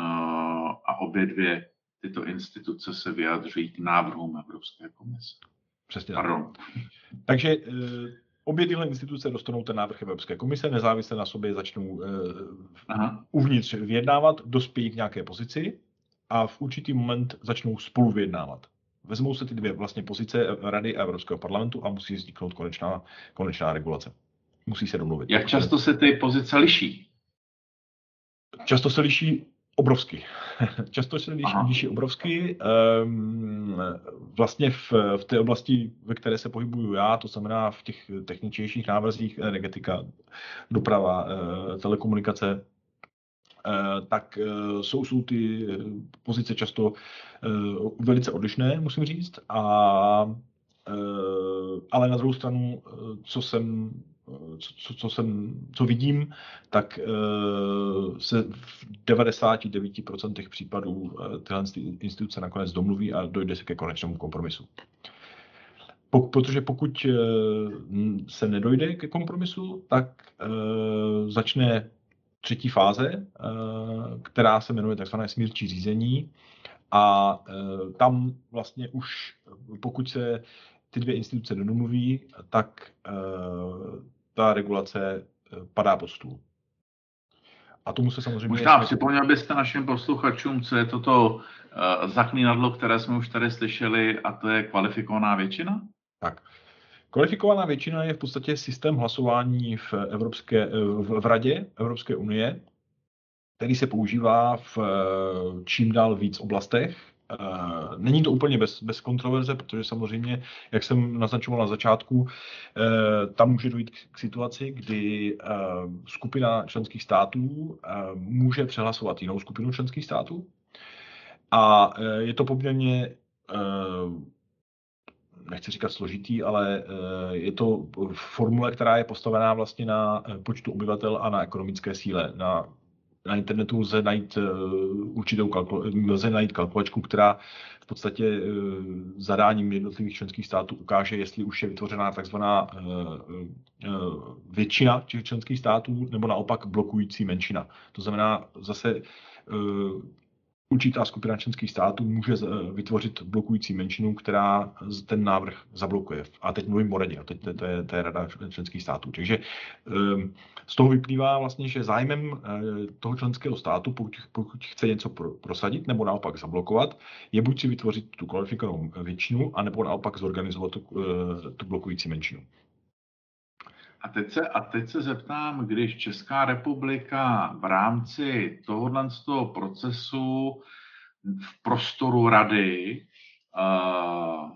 a obě dvě tyto instituce se vyjadřují k návrhům Evropské komise. Přesně. Pardon. Takže obě tyhle instituce dostanou ten návrh Evropské komise, nezávisle na sobě začnou uh, uvnitř vyjednávat, dospějí k nějaké pozici a v určitý moment začnou spolu vyjednávat. Vezmou se ty dvě vlastně pozice Rady a Evropského parlamentu a musí vzniknout konečná, konečná regulace. Musí se domluvit. Jak často se ty pozice liší? Často se liší obrovsky. Často se liší, liší obrovsky. Um, vlastně v, v té oblasti, ve které se pohybuju já, to znamená v těch techničtějších návrzích, energetika, doprava, telekomunikace, tak jsou, jsou ty pozice často velice odlišné, musím říct. A, ale na druhou stranu, co jsem Co, co, co, jsem, co vidím, tak uh, se v devadesát devět procent případů uh, tyhle instituce nakonec domluví a dojde se ke konečnému kompromisu. Pok, protože pokud uh, se nedojde ke kompromisu, tak uh, začne třetí fáze, uh, která se jmenuje tzv. Smírčí řízení a uh, tam vlastně už, pokud se ty dvě instituce nedomluví, tak uh, ta regulace padá pod stůl. A tomu se samozřejmě... Možná připomněl byste našim posluchačům, co je toto uh, zaklínadlo, které jsme už tady slyšeli, a to je kvalifikovaná většina? Tak. Kvalifikovaná většina je v podstatě systém hlasování v, Evropské, v, v Radě Evropské unie, který se používá v čím dál víc oblastech. Není to úplně bez, bez kontroverze, protože samozřejmě, jak jsem naznačoval na začátku, tam může dojít k situaci, kdy skupina členských států může přehlasovat jinou skupinu členských států. A je to poměrně, nechci říkat složitý, ale je to formule, která je postavená vlastně na počtu obyvatel a na ekonomické síle. Na Na internetu lze najít určitou kalkul- lze najít kalkulačku, která v podstatě zadáním jednotlivých členských států ukáže, jestli už je vytvořená takzvaná většina těch členských států nebo naopak blokující menšina. To znamená zase určitá skupina členských států může vytvořit blokující menšinu, která ten návrh zablokuje. A teď mluvím o radě, a teď to je, to je rada členských států. Takže z toho vyplývá vlastně, že zájmem toho členského státu, pokud, pokud chce něco prosadit nebo naopak zablokovat, je buď si vytvořit tu kvalifikovanou většinu, anebo naopak zorganizovat tu, tu blokující menšinu. A teď, se, a teď se zeptám, když Česká republika v rámci tohohle procesu v prostoru rady uh,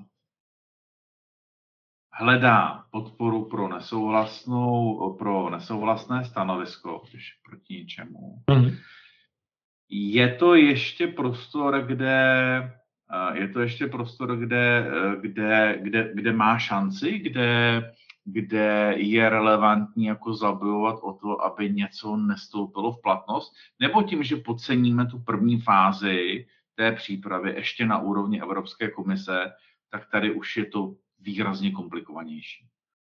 hledá podporu pro nesouhlasnou, pro nesouhlasné stanovisko, když proti ničemu. Mm-hmm. Je to ještě prostor, kde uh, je to ještě prostor, kde, kde, kde, kde má šanci, kde kde je relevantní jako zabojovat o to, aby něco nestoupilo v platnost, nebo tím, že podceníme tu první fázi té přípravy ještě na úrovni Evropské komise, tak tady už je to výrazně komplikovanější.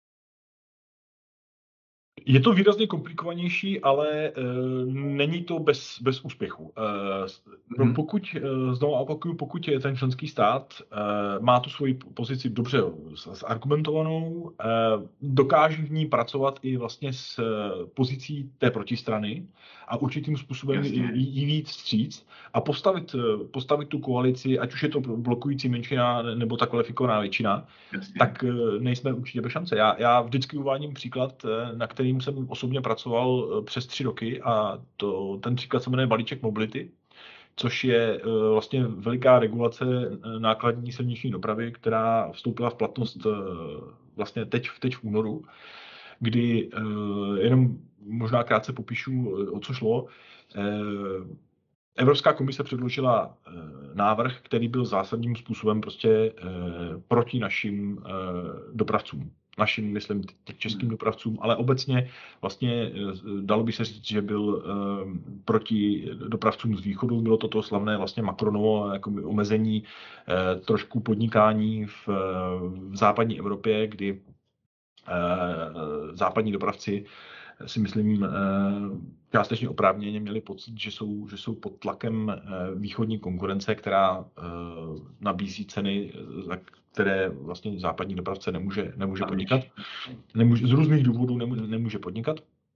Je to výrazně komplikovanější, ale e, není to bez, bez úspěchu. E, hmm. Pokud, e, znovu opakuju, pokud je ten členský stát e, má tu svoji pozici dobře zargumentovanou, e, dokáže v ní pracovat i vlastně s pozicí té protistrany a určitým způsobem jí víc vstříc a postavit, postavit tu koalici, ať už je to blokující menšina nebo ta kvalifikovaná většina, Jasně. tak nejsme určitě bez šance. Já, já vždycky uvádím příklad, na který jsem osobně pracoval přes tři roky a to, ten příklad se jmenuje balíček mobility, což je vlastně veliká regulace nákladní silniční dopravy, která vstoupila v platnost vlastně teď, teď v únoru, kdy jenom možná krátce popíšu, o co šlo. Evropská komise předložila návrh, který byl zásadním způsobem prostě proti našim dopravcům. Našim, myslím, českým dopravcům, ale obecně vlastně dalo by se říct, že byl proti dopravcům z východu. Bylo to to slavné vlastně Macronovo jako omezení trošku podnikání v, v západní Evropě, kdy západní dopravci si myslím částečně oprávněně měli pocit, že jsou, že jsou pod tlakem východní konkurence, která nabízí ceny, za které vlastně západní dopravce nemůže, nemůže podnikat. Nemůže, z různých důvodů nemůže, nemůže podnikat.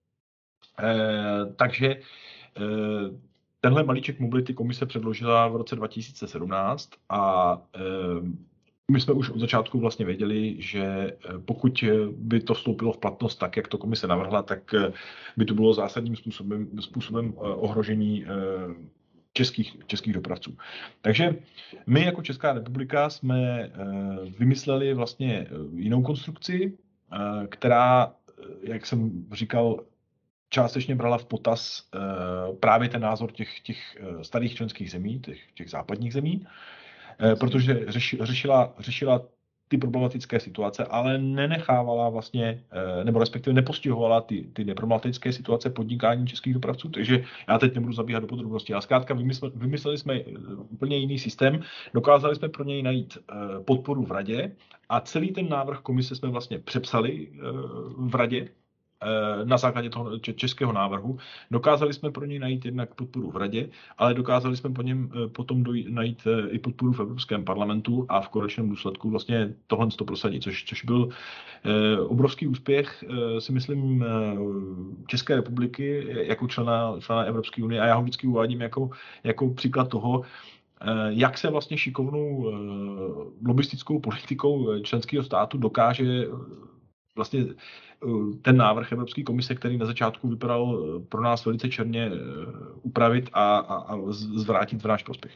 Takže tenhle balíček mobility komise předložila v roce dva tisíce sedmnáct a my jsme už od začátku vlastně věděli, že pokud by to vstoupilo v platnost tak, jak to komise navrhla, tak by to bylo zásadním způsobem, způsobem ohrožení českých, českých dopravců. Takže my jako Česká republika jsme vymysleli vlastně jinou konstrukci, která, jak jsem říkal, částečně brala v potaz právě ten názor těch, těch starých členských zemí, těch, těch západních zemí, protože řeši, řešila, řešila ty problematické situace, ale nenechávala vlastně, nebo respektive nepostihovala ty, ty neproblematické situace podnikání českých dopravců. Takže já teď nebudu zabíhat do podrobností, ale zkrátka vymysleli, vymysleli jsme úplně jiný systém, dokázali jsme pro něj najít podporu v radě a celý ten návrh komise jsme vlastně přepsali v radě na základě toho českého návrhu. Dokázali jsme pro něj najít jednak podporu v radě, ale dokázali jsme po něm potom dojít, najít i podporu v Evropském parlamentu a v konečném důsledku vlastně tohle to prosadit, což, což byl obrovský úspěch, si myslím, České republiky jako člena, člena Evropské unie a já ho vždycky uvádím jako, jako příklad toho, jak se vlastně šikovnou lobistickou politikou členského státu dokáže vlastně ten návrh Evropské komise, který na začátku vypadal pro nás velice černě, upravit a, a, a zvrátit v náš prospěch.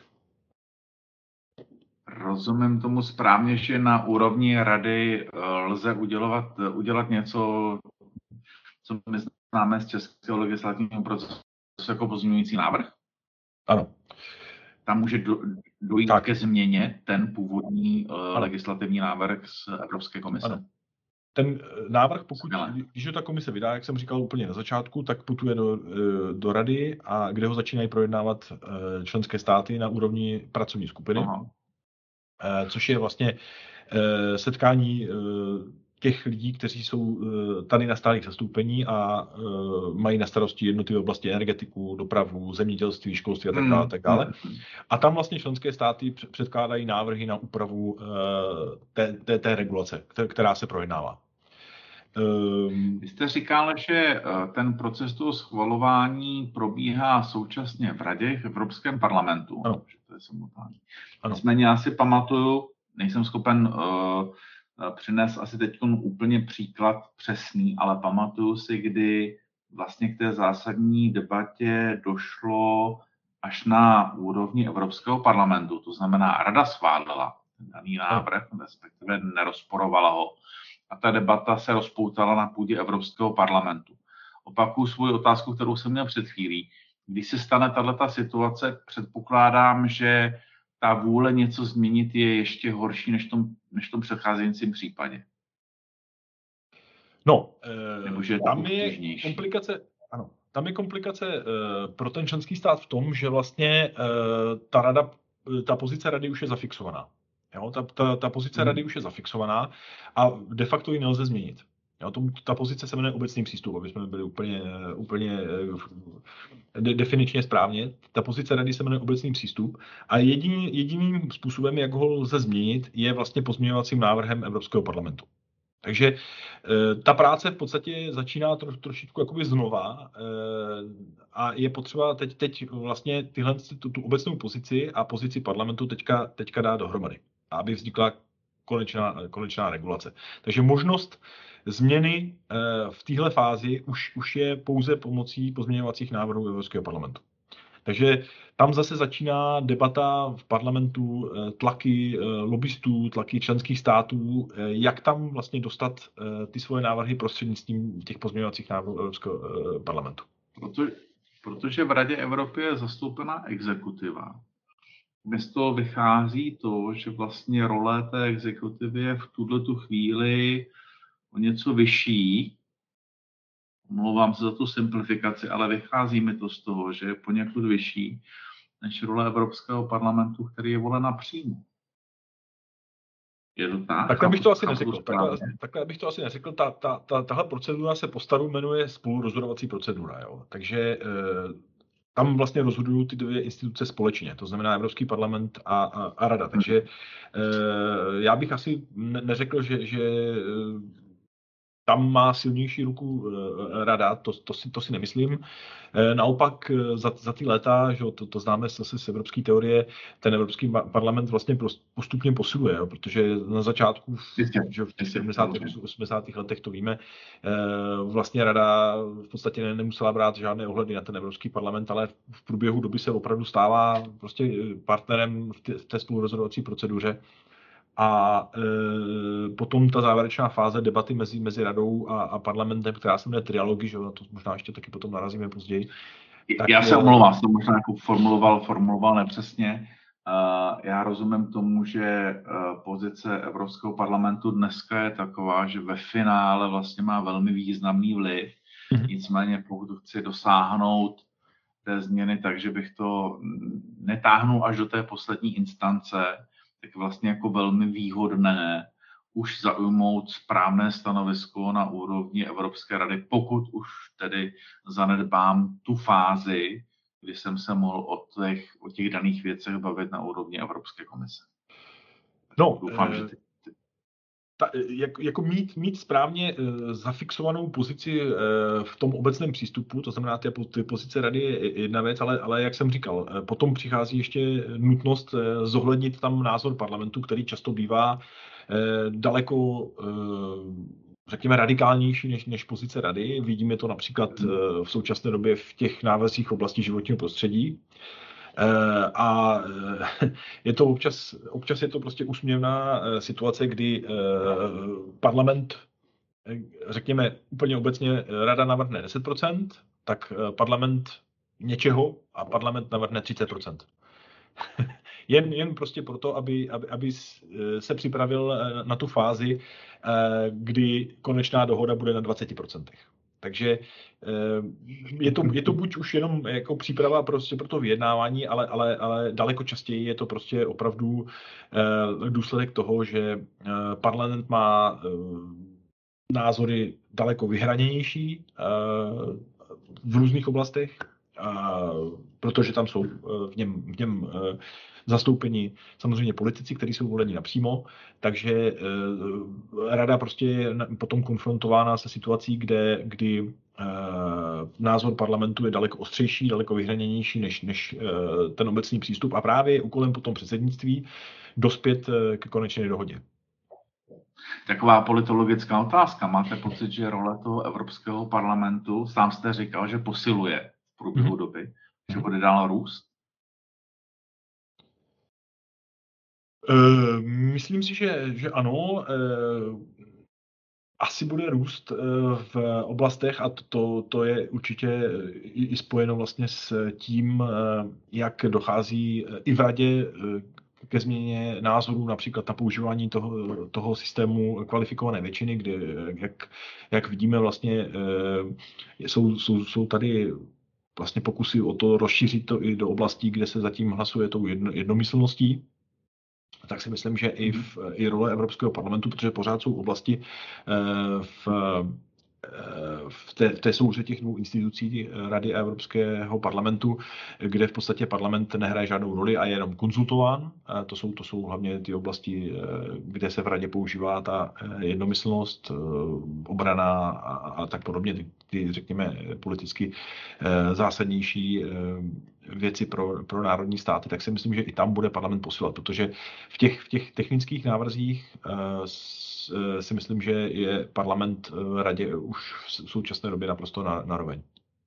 Rozumím tomu správně, že na úrovni rady lze udělovat, udělat něco, co my známe z českého legislativního procesu jako pozměňující návrh? Ano. Tam může do, dojít tak ke změně ten původní ano. legislativní návrh z Evropské komise? Ano. Ten návrh, pokud, když ho ta komise vydá, jak jsem říkal úplně na začátku, tak putuje do, do rady, a kde ho začínají projednávat členské státy na úrovni pracovní skupiny, Aha. což je vlastně setkání těch lidí, kteří jsou tady na stálých zastoupení a mají na starosti jednotlivé oblasti energetiku, dopravu, zemědělství, školství a tak dále. Tak dále. A tam vlastně členské státy předkládají návrhy na úpravu té, té, té regulace, která se projednává. Vy jste říkal, že ten proces toho schvalování probíhá současně v Radě, v Evropském parlamentu. Ano. To je simultánní. Nicméně já si pamatuju, nejsem schopen uh, přinést asi teď úplně příklad přesný, ale pamatuju si, kdy vlastně k té zásadní debatě došlo až na úrovni Evropského parlamentu. To znamená, Rada schválila ten daný návrh, respektive nerozporovala ho. A ta debata se rozpoutala na půdě Evropského parlamentu. Opakuju svou otázku, kterou jsem měl před chvílí. Když se stane tato situace, předpokládám, že ta vůle něco změnit je ještě horší než v tom, než v tom předcházejícím případě. No, e, tam je komplikace, ano, tam je komplikace e, pro ten členský stát v tom, že vlastně e, ta, rada, ta pozice rady už je zafixovaná. Jo, ta, ta, ta pozice rady už je zafixovaná a de facto ji nelze změnit. Jo, tom, ta pozice se jmenuje obecný přístup, aby jsme byli úplně, úplně de, definičně správně. Ta pozice rady se jmenuje obecný přístup a jediný, jediným způsobem, jak ho lze změnit, je vlastně pozměňovacím návrhem Evropského parlamentu. Takže e, ta práce v podstatě začíná tro, trošičku jakoby znova e, a je potřeba teď, teď vlastně tyhle, tu, tu obecnou pozici a pozici parlamentu teďka, teďka dát dohromady, aby vznikla konečná, konečná regulace. Takže možnost změny e, v téhle fázi už, už je pouze pomocí pozměňovacích návrhů Evropského parlamentu. Takže tam zase začíná debata v parlamentu, tlaky lobbystů, tlaky členských států, jak tam vlastně dostat ty svoje návrhy prostřednictvím těch pozměňovacích návrhů Evropského parlamentu. Protože, protože v Radě Evropy je zastoupená exekutiva. Z toho vychází to, že vlastně role té exekutivy je v tuto chvíli o něco vyšší. Omlouvám se za tu simplifikaci, ale vychází mi to z toho, že je poněkud vyšší než role Evropského parlamentu, který je volen napřímo. Je to tak? Takhle bych to asi neřekl. Takhle, takhle bych to asi neřekl. Ta, ta, ta, tahle procedura se po staru jmenuje spolurozhodovací procedura. Jo? Takže e, tam vlastně rozhodují ty dvě instituce společně. To znamená Evropský parlament a, a, a Rada. Takže e, já bych asi ne, neřekl, že, že tam má silnější ruku rada, to, to, si, to si nemyslím. Naopak za, za ty léta, že to, to známe zase z evropské teorie, ten Evropský parlament vlastně postupně posiluje, jo, protože na začátku že v těch sedmdesátých osmdesátých letech to víme, vlastně rada v podstatě nemusela brát žádné ohledy na ten Evropský parlament, ale v průběhu doby se opravdu stává prostě partnerem v té, v té spolurozhodovací proceduře. A e, potom ta závěrečná fáze debaty mezi, mezi radou a, a parlamentem, která se jmenuje trialogy, že to možná ještě taky potom narazíme později. Tak já se omlouvám, jsem možná jako formuloval, formuloval nepřesně. Uh, já rozumím tomu, že uh, pozice Evropského parlamentu dneska je taková, že ve finále vlastně má velmi významný vliv. Mm-hmm. Nicméně pokud chci dosáhnout té změny, takže bych to netáhnul až do té poslední instance, tak vlastně jako velmi výhodné už zaujmout správné stanovisko na úrovni Evropské rady, pokud už tedy zanedbám tu fázi, kdy jsem se mohl o těch, o těch daných věcech bavit na úrovni Evropské komise. No, doufám, e- že ty, ty... Ta, jak, jako mít, mít správně e, zafixovanou pozici e, v tom obecném přístupu, to znamená, ty, ty pozice rady je jedna věc, ale, ale jak jsem říkal, e, potom přichází ještě nutnost e, zohlednit tam názor parlamentu, který často bývá e, daleko, e, řekněme, radikálnější než, než pozice rady. Vidíme to například e, v současné době v těch návrzích v oblasti životního prostředí. A je to občas, občas je to prostě úsměvná situace, kdy parlament, řekněme úplně obecně, rada navrhne deset procent, tak parlament něčeho a parlament navrhne třicet procent. Jen, jen prostě proto, aby, aby, aby se připravil na tu fázi, kdy konečná dohoda bude na dvacet procent. Takže je to, je to buď už jenom jako příprava prostě pro to vyjednávání, ale, ale, ale daleko častěji je to prostě opravdu důsledek toho, že parlament má názory daleko vyhraněnější v různých oblastech, protože tam jsou v něm, v něm zastoupeni samozřejmě politici, kteří jsou voleni napřímo, takže rada prostě je potom konfrontována se situací, kde, kdy názor parlamentu je daleko ostřejší, daleko vyhraněnější než, než ten obecný přístup a právě je úkolem potom předsednictví dospět k konečné dohodě. Taková politologická otázka. Máte pocit, že role toho Evropského parlamentu, sám jste říkal, že posiluje v průběhu mm-hmm. doby, že bude dál růst? Uh, myslím si, že, že ano. Uh, asi bude růst uh, v oblastech a to, to je určitě i, i spojeno vlastně s tím, uh, jak dochází i v radě uh, ke změně názorů například na používání toho, toho systému kvalifikované většiny, kde, jak, jak vidíme, vlastně jsou, jsou, jsou tady vlastně pokusy o to rozšířit to i do oblastí, kde se zatím hlasuje tou jedno, jednomyslností. Tak si myslím, že i, v, i role Evropského parlamentu, protože pořád jsou oblasti v v té, v té souhře těch dvou institucí Rady a Evropského parlamentu, kde v podstatě parlament nehraje žádnou roli a je jenom konzultován. A to jsou, to jsou hlavně ty oblasti, kde se v Radě používá ta jednomyslnost, obrana a, a tak podobně, ty, ty řekněme politicky zásadnější věci pro, pro národní státy, tak si myslím, že i tam bude parlament posilovat, protože v těch, v těch technických návrzích si myslím, že je parlament v radě už v současné době naprosto naroveň.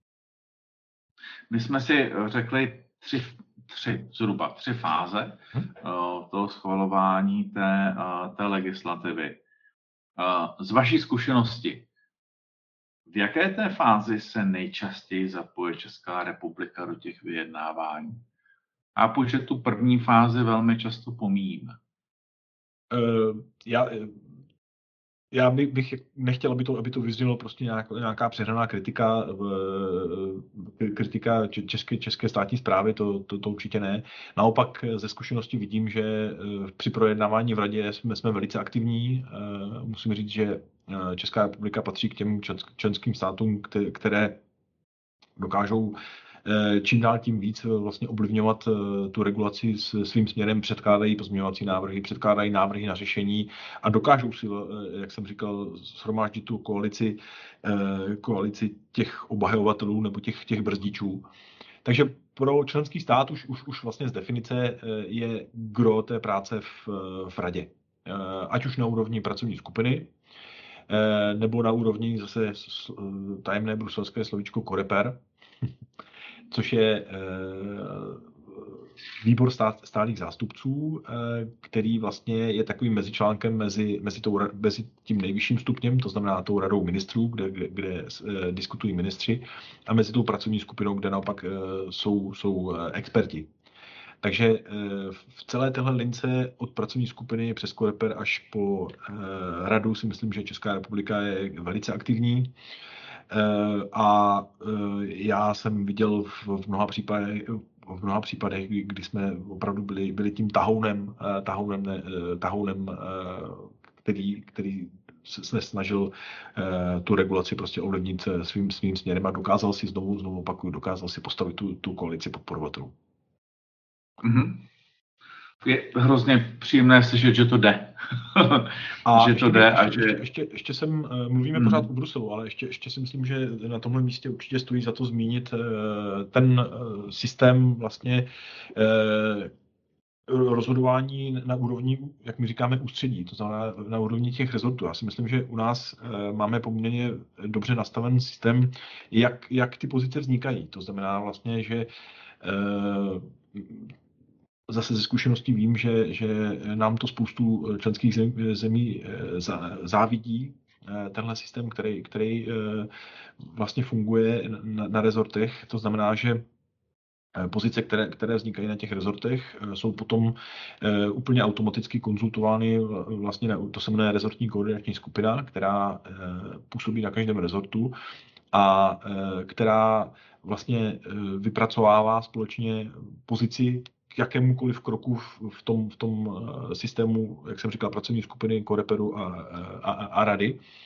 My jsme si řekli tři, tři zhruba tři fáze hmm. toho schvalování té, té legislativy. Z vaší zkušenosti, v jaké té fázi se nejčastěji zapoje Česká republika do těch vyjednávání? Chápu, že tu první fázi velmi často pomíjíme. Uh, já... Já bych, bych nechtěl, aby to, aby to vyznělo prostě nějak, nějaká přehnaná kritika, kritika české, české státní správy, to, to, to určitě ne. Naopak ze zkušenosti vidím, že při projednávání v radě jsme, jsme velice aktivní. Musím říct, že Česká republika patří k těm členským státům, které dokážou čím dál tím víc vlastně ovlivňovat tu regulaci svým směrem, předkládají pozměňovací návrhy, předkládají návrhy na řešení a dokážou si, jak jsem říkal, shromáždit tu koalici, koalici těch obhajovatelů nebo těch, těch brzdičů. Takže pro členský stát už, už, už vlastně z definice je gro té práce v, v radě. Ať už na úrovni pracovní skupiny, nebo na úrovni zase tajemné bruselské slovíčko Coreper, což je výbor stálých zástupců, který vlastně je takovým mezičlánkem mezi, mezi, tou, mezi tím nejvyšším stupněm, to znamená tou radou ministrů, kde, kde, kde diskutují ministři, a mezi tou pracovní skupinou, kde naopak jsou, jsou experti. Takže v celé téhle lince od pracovní skupiny přes Coreper až po radu si myslím, že Česká republika je velice aktivní. A já jsem viděl v mnoha případech, v mnoha případech, kdy jsme opravdu byli, byli tím tahounem, tahounem, tahounem který, který se snažil tu regulaci prostě ovlivnit svým, svým směrem a dokázal si znovu, znovu opakuju, dokázal si postavit tu, tu koalici podporovatelů. Mm-hmm. Je hrozně příjemné slyšet, že to jde. A že to ještě, jde a že... Ještě, ještě, ještě jsem, mluvíme hmm. pořád o Bruselu, ale ještě, ještě si myslím, že na tomhle místě určitě stojí za to zmínit ten systém vlastně rozhodování na úrovni, jak my říkáme, ústředí, to znamená na úrovni těch rezortů. Já si myslím, že u nás máme poměrně dobře nastaven systém, jak, jak ty pozice vznikají. To znamená vlastně, že zase ze zkušeností vím, že, že nám to spoustu členských zemí závidí, tenhle systém, který, který vlastně funguje na, na rezortech. To znamená, že pozice, které, které vznikají na těch rezortech, jsou potom úplně automaticky konzultovány vlastně na, to se jmenuje rezortní koordinační skupina, která působí na každém rezortu a která vlastně vypracovává společně pozici k jakémukoliv kroku v tom, v tom systému, jak jsem říkal, pracovní skupiny, Coreperu a, a, a rady.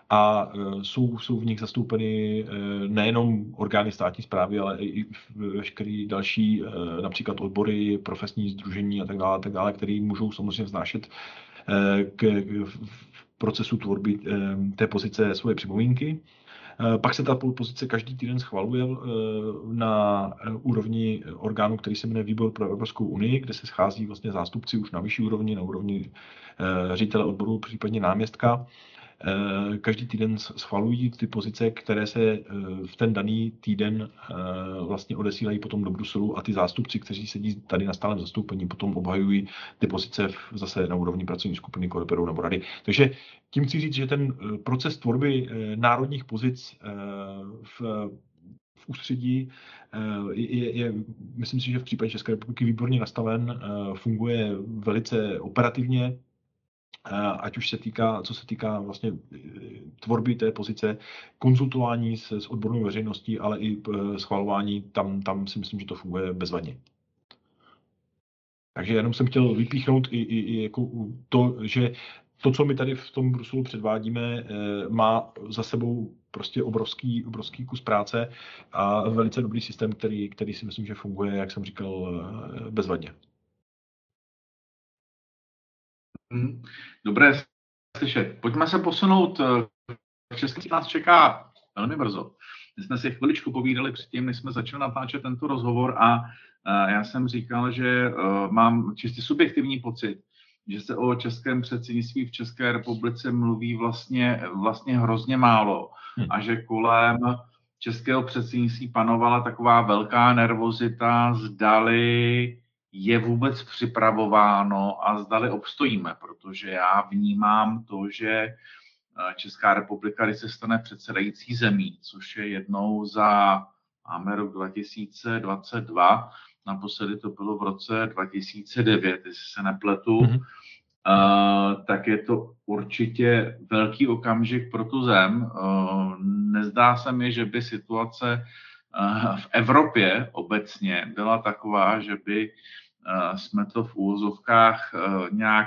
a jsou, jsou v nich zastoupeny nejenom orgány státní správy, ale i veškeré další, například odbory, profesní sdružení a tak dále, tak dále, které můžou samozřejmě vznášet k, v procesu tvorby té pozice svoje připomínky. Pak se ta pozice každý týden schvaluje na úrovni orgánu, který se jmenuje Výbor pro Evropskou unii, kde se schází vlastně zástupci už na vyšší úrovni, na úrovni ředitele odboru, případně náměstka. Každý týden schvalují ty pozice, které se v ten daný týden vlastně odesílají potom do Bruselu a ty zástupci, kteří sedí tady na stálem zastoupení, potom obhajují ty pozice zase na úrovni pracovní skupiny, Coreperu nebo rady. Takže tím chci říct, že ten proces tvorby národních pozic v v ústředí je, je, myslím si, že v případě České republiky výborně nastaven, funguje velice operativně, ať už se týká, co se týká vlastně tvorby té pozice, konzultování s, s odbornou veřejností, ale i schvalování, tam, tam si myslím, že to funguje bezvadně. Takže jenom jsem chtěl vypíchnout i, i, i jako to, že to, co my tady v tom Bruselu předvádíme, má za sebou prostě obrovský, obrovský kus práce a velice dobrý systém, který, který si myslím, že funguje, jak jsem říkal, bezvadně. Dobré slyšet. Pojďme se posunout. Český nás čeká velmi brzo. My jsme si chviličku povídali předtím, než jsme začali natáčet tento rozhovor a já jsem říkal, že mám čistě subjektivní pocit, že se o českém předsednictví v České republice mluví vlastně, vlastně hrozně málo a že kolem českého předsednictví panovala taková velká nervozita, zdali je vůbec připravováno a zdali obstojíme, protože já vnímám to, že Česká republika, když se stane předsedající zemí, což je jednou za, máme rok dva tisíce dvacet dva, naposledy to bylo v roce dva tisíce devět, jestli se nepletu, mm-hmm. uh, tak je to určitě velký okamžik pro tu zem. Uh, nezdá se mi, že by situace uh, v Evropě obecně byla taková, že by uh, jsme to v úvozovkách uh, nějak,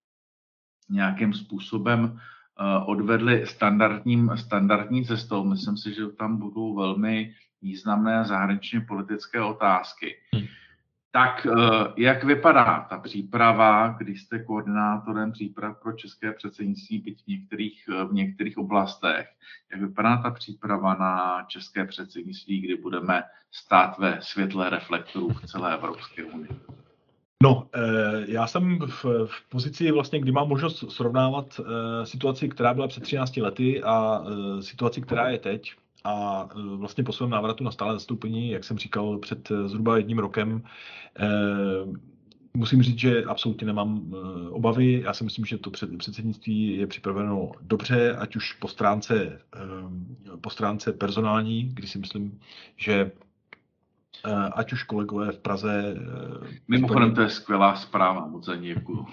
nějakým způsobem uh, odvedli standardním, standardní cestou. Myslím si, že tam budou velmi významné zahraničně politické otázky. Hmm. Tak jak vypadá ta příprava, když jste koordinátorem příprav pro české předsednictví, byť v některých, v některých oblastech? Jak vypadá ta příprava na české předsednictví, kdy budeme stát ve světle reflektorů v celé Evropské unii? No, já jsem v, v pozici vlastně, kdy mám možnost srovnávat situaci, která byla před třinácti lety a situaci, která je teď. A vlastně po svém návratu na stále zastoupení, jak jsem říkal před zhruba jedním rokem, eh, musím říct, že absolutně nemám eh, obavy. Já si myslím, že to před, předsednictví je připraveno dobře, ať už po stránce, eh, po stránce personální, kdy si myslím, že eh, ať už kolegové v Praze... Eh, Mimochodem, to je skvělá zpráva, moc za ní děkuju.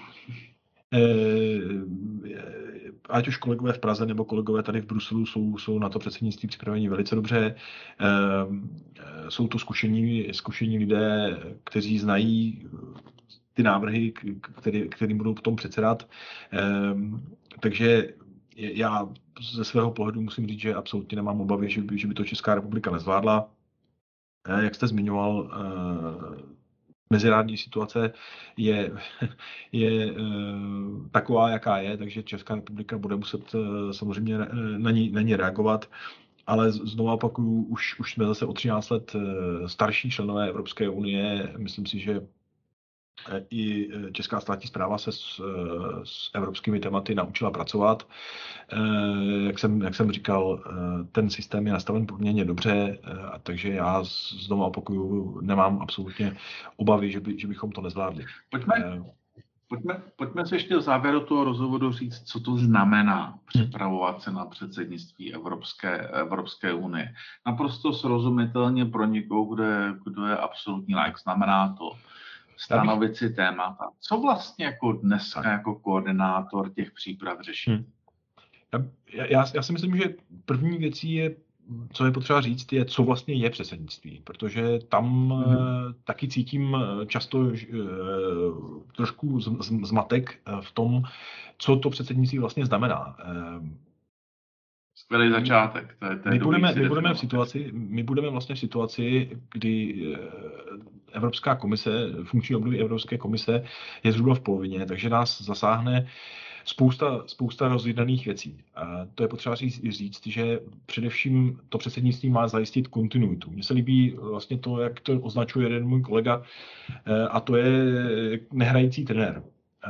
Ať už kolegové v Praze nebo kolegové tady v Bruselu jsou, jsou na to předsednictví připraveni velice dobře. Jsou to zkušení, zkušení lidé, kteří znají ty návrhy, který, kterým budou potom předsedat. Takže já ze svého pohledu musím říct, že absolutně nemám obavy, že by, že by to Česká republika nezvládla. Jak jste zmiňoval, mezinárodní situace je, je uh, taková, jaká je, takže Česká republika bude muset uh, samozřejmě na ní, na ní reagovat, ale znovu opakuju, už, už jsme zase o třináct let uh, starší členové Evropské unie. Myslím si, že i česká státní správa se s, s evropskými tématy naučila pracovat. Jak jsem, jak jsem říkal, ten systém je nastaven poměrně dobře, a takže já znovu opakuju, nemám absolutně obavy, že, by, že bychom to nezvládli. Pojďme, pojďme, pojďme se ještě v závěru toho rozhovoru říct, co to znamená připravovat se na předsednictví Evropské, Evropské unie. Naprosto srozumitelně pro někoho, kdo je, kdo je absolutní laik, znamená to stanovit si témata. Co vlastně jako dneska tak. jako koordinátor těch příprav řeší? Hmm. Já, já, já si myslím, že první věcí je, co je potřeba říct, je, co vlastně je předsednictví, protože tam hmm. taky cítím často uh, trošku z, z, zmatek v tom, co to předsednictví vlastně znamená. Uh, skvělý začátek. To je, to je my, budeme, my, budeme v situaci, my budeme vlastně v situaci, kdy Evropská komise, funkční období Evropské komise je zhruba v polovině, takže nás zasáhne spousta, spousta rozjednaných věcí. A to je potřeba říct, říct, že především to předsednictví má zajistit kontinuitu. Mně se líbí vlastně to, jak to označuje jeden můj kolega, a to je nehrající trenér.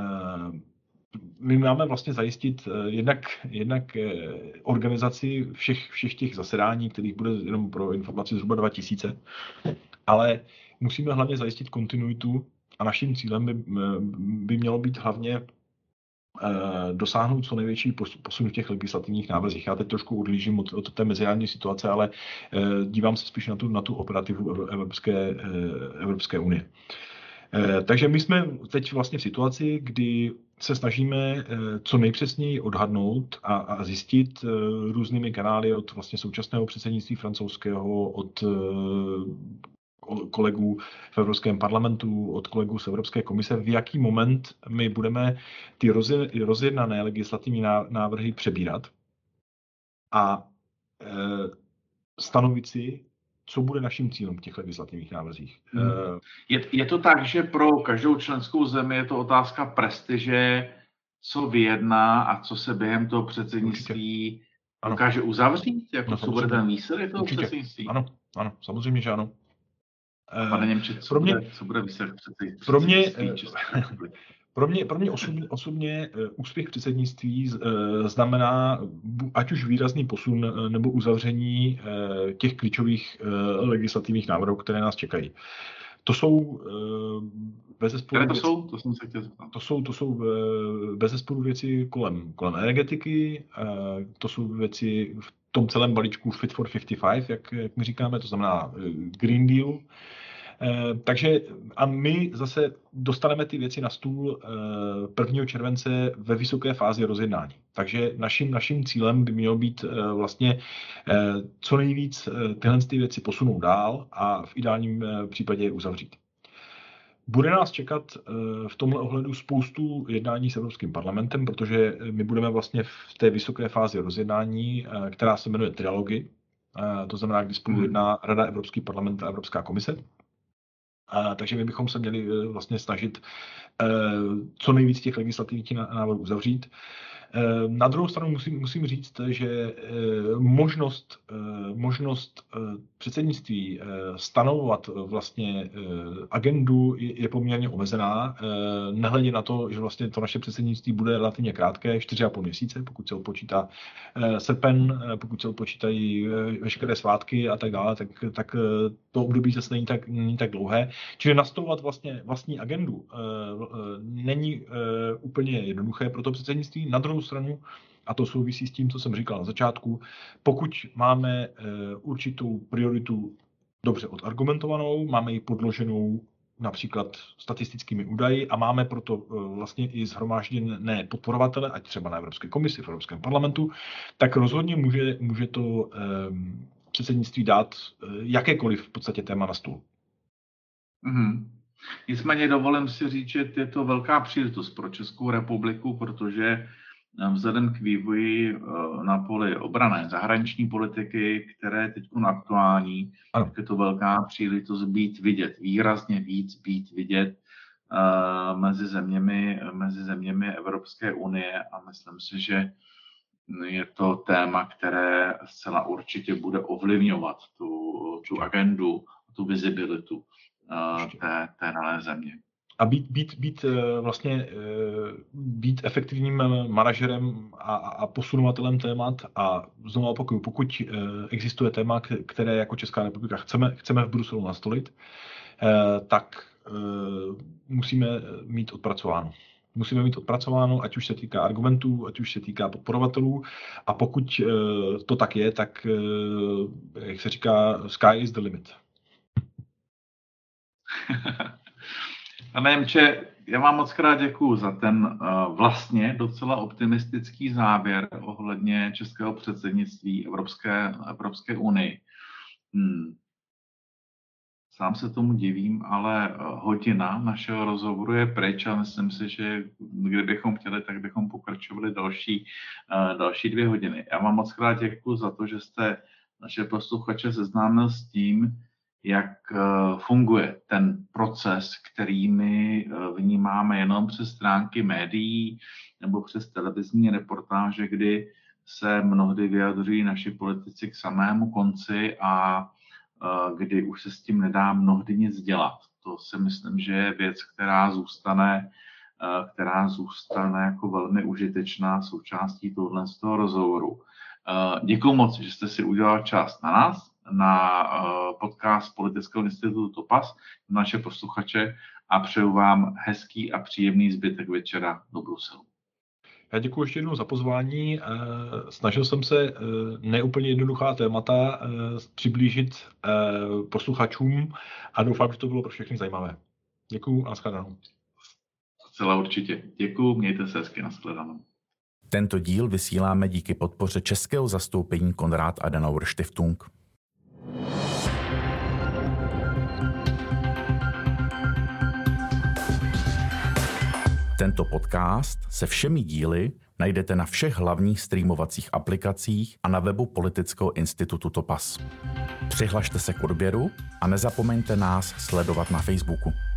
My máme vlastně zajistit jednak, jednak organizaci všech, všech těch zasedání, kterých bude jenom pro informaci zhruba dva tisíce, ale musíme hlavně zajistit kontinuitu a naším cílem by, by mělo být hlavně dosáhnout co největší posun v těch legislativních návrzích. Já teď trošku odlížím od, od té mezinárodní situace, ale dívám se spíš na tu, na tu operativu Evropské, Evropské unie. Takže my jsme teď vlastně v situaci, kdy se snažíme co nejpřesněji odhadnout a, a zjistit různými kanály od vlastně současného předsednictví francouzského, od kolegů v Evropském parlamentu, od kolegů z Evropské komise, v jaký moment my budeme ty rozjednané legislativní návrhy přebírat a e, stanovit si, co bude naším cílem v těch legislativních návrzích. Hmm. Je, je to tak, že pro každou členskou zemi je to otázka prestiže, co vyjedná a co se během toho předsednictví dokáže uzavřít? Jako no, co bude ten výsledek toho Určitě. předsednictví? Ano, ano, samozřejmě, že ano. Pane Němče, co, pro mě, bude, co bude výsledek předsednictví? Pro mě, pro mě, pro mě osobně, osobně úspěch předsednictví znamená ať už výrazný posun nebo uzavření těch klíčových legislativních návrhů, které nás čekají. To jsou bezesporu to jsou? To jsem se chtěl zeptat. To jsou, to jsou bezesporu věci kolem, kolem energetiky, to jsou věci v tom celém balíčku Fit for padesát pět, jak, jak my říkáme, to znamená Green Deal. Takže a my zase dostaneme ty věci na stůl prvního července ve vysoké fázi rozjednání. Takže naším, naším cílem by mělo být vlastně co nejvíc tyhle ty věci posunout dál a v ideálním případě je uzavřít. Bude nás čekat v tomhle ohledu spoustu jednání s Evropským parlamentem, protože my budeme vlastně v té vysoké fázi rozjednání, která se jmenuje trialogy, to znamená, kdy spolu jedná Rada, Evropský parlament a Evropská komise. A, takže my bychom se měli vlastně snažit co nejvíc těch legislativních návrhů uzavřít. Na druhou stranu musím, musím říct, že možnost, možnost předsednictví stanovovat vlastně agendu je poměrně omezená, nehledě na to, že vlastně to naše předsednictví bude relativně krátké, čtyři a půl měsíce, pokud se odpočítá srpen, pokud se odpočítají veškeré svátky a tak dále, tak, tak to období zase není tak, není tak dlouhé. Čili nastavovat vlastně vlastní agendu není úplně jednoduché pro to předsednictví. Na druhou stranu, a to souvisí s tím, co jsem říkal na začátku, pokud máme určitou prioritu dobře odargumentovanou, máme ji podloženou například statistickými údaji a máme proto vlastně i shromážděné podporovatele, ať třeba na Evropské komisi, v Evropském parlamentu, tak rozhodně může, může to um, předsednictví dát jakékoliv v podstatě téma na stůl. Mm-hmm. Nicméně dovolím si říct, že je to velká příležitost pro Českou republiku, protože vzhledem k vývoji na poli obranné zahraniční politiky, které je teď aktuální, ano. Tak je to velká příležitost být vidět, výrazně víc být vidět uh, mezi zeměmi, mezi zeměmi Evropské unie a myslím si, že je to téma, které zcela určitě bude ovlivňovat tu, tu agendu, tu vizibilitu uh, té, té dané země. A být, být, být vlastně být efektivním manažerem a, a posunovatelem témat a znovu opakuju, pokud existuje téma, které jako Česká republika chceme, chceme v Bruselu nastolit, tak musíme mít odpracováno. Musíme mít odpracováno, ať už se týká argumentů, ať už se týká podporovatelů a pokud to tak je, tak jak se říká, sky is the limit. Pane Němče, já vám moc krát děkuju za ten uh, vlastně docela optimistický závěr ohledně českého předsednictví Evropské, Evropské unii. Hmm. sám se tomu divím, ale hodina našeho rozhovoru je pryč a myslím si, že kdybychom chtěli, tak bychom pokračovali další, další dvě hodiny. Já vám moc krát děkuji za to, že jste naše posluchače seznámil s tím, jak funguje ten proces, který my vnímáme jenom přes stránky médií nebo přes televizní reportáže, kdy se mnohdy vyjadřují naši politici k samému konci a kdy už se s tím nedá mnohdy nic dělat. To si myslím, že je věc, která zůstane, která zůstane jako velmi užitečná součástí tohle z toho rozhovoru. Děkuji moc, že jste si udělal čas na nás, na podcast Politického institutu Topas, na naše posluchače a přeju vám hezký a příjemný zbytek večera do Bruselu. Já děkuji ještě jednou za pozvání. Snažil jsem se neúplně jednoduchá témata přiblížit posluchačům a doufám, že to bylo pro všechny zajímavé. Děkuji a nashledanou. Zcela určitě. Děkuji, mějte se hezky, nashledanou. Tento díl vysíláme díky podpoře českého zastoupení Konrad Adenauer Stiftung. Tento podcast se všemi díly najdete na všech hlavních streamovacích aplikacích a na webu Politického institutu Topas. Přihlašte se k odběru a nezapomeňte nás sledovat na Facebooku.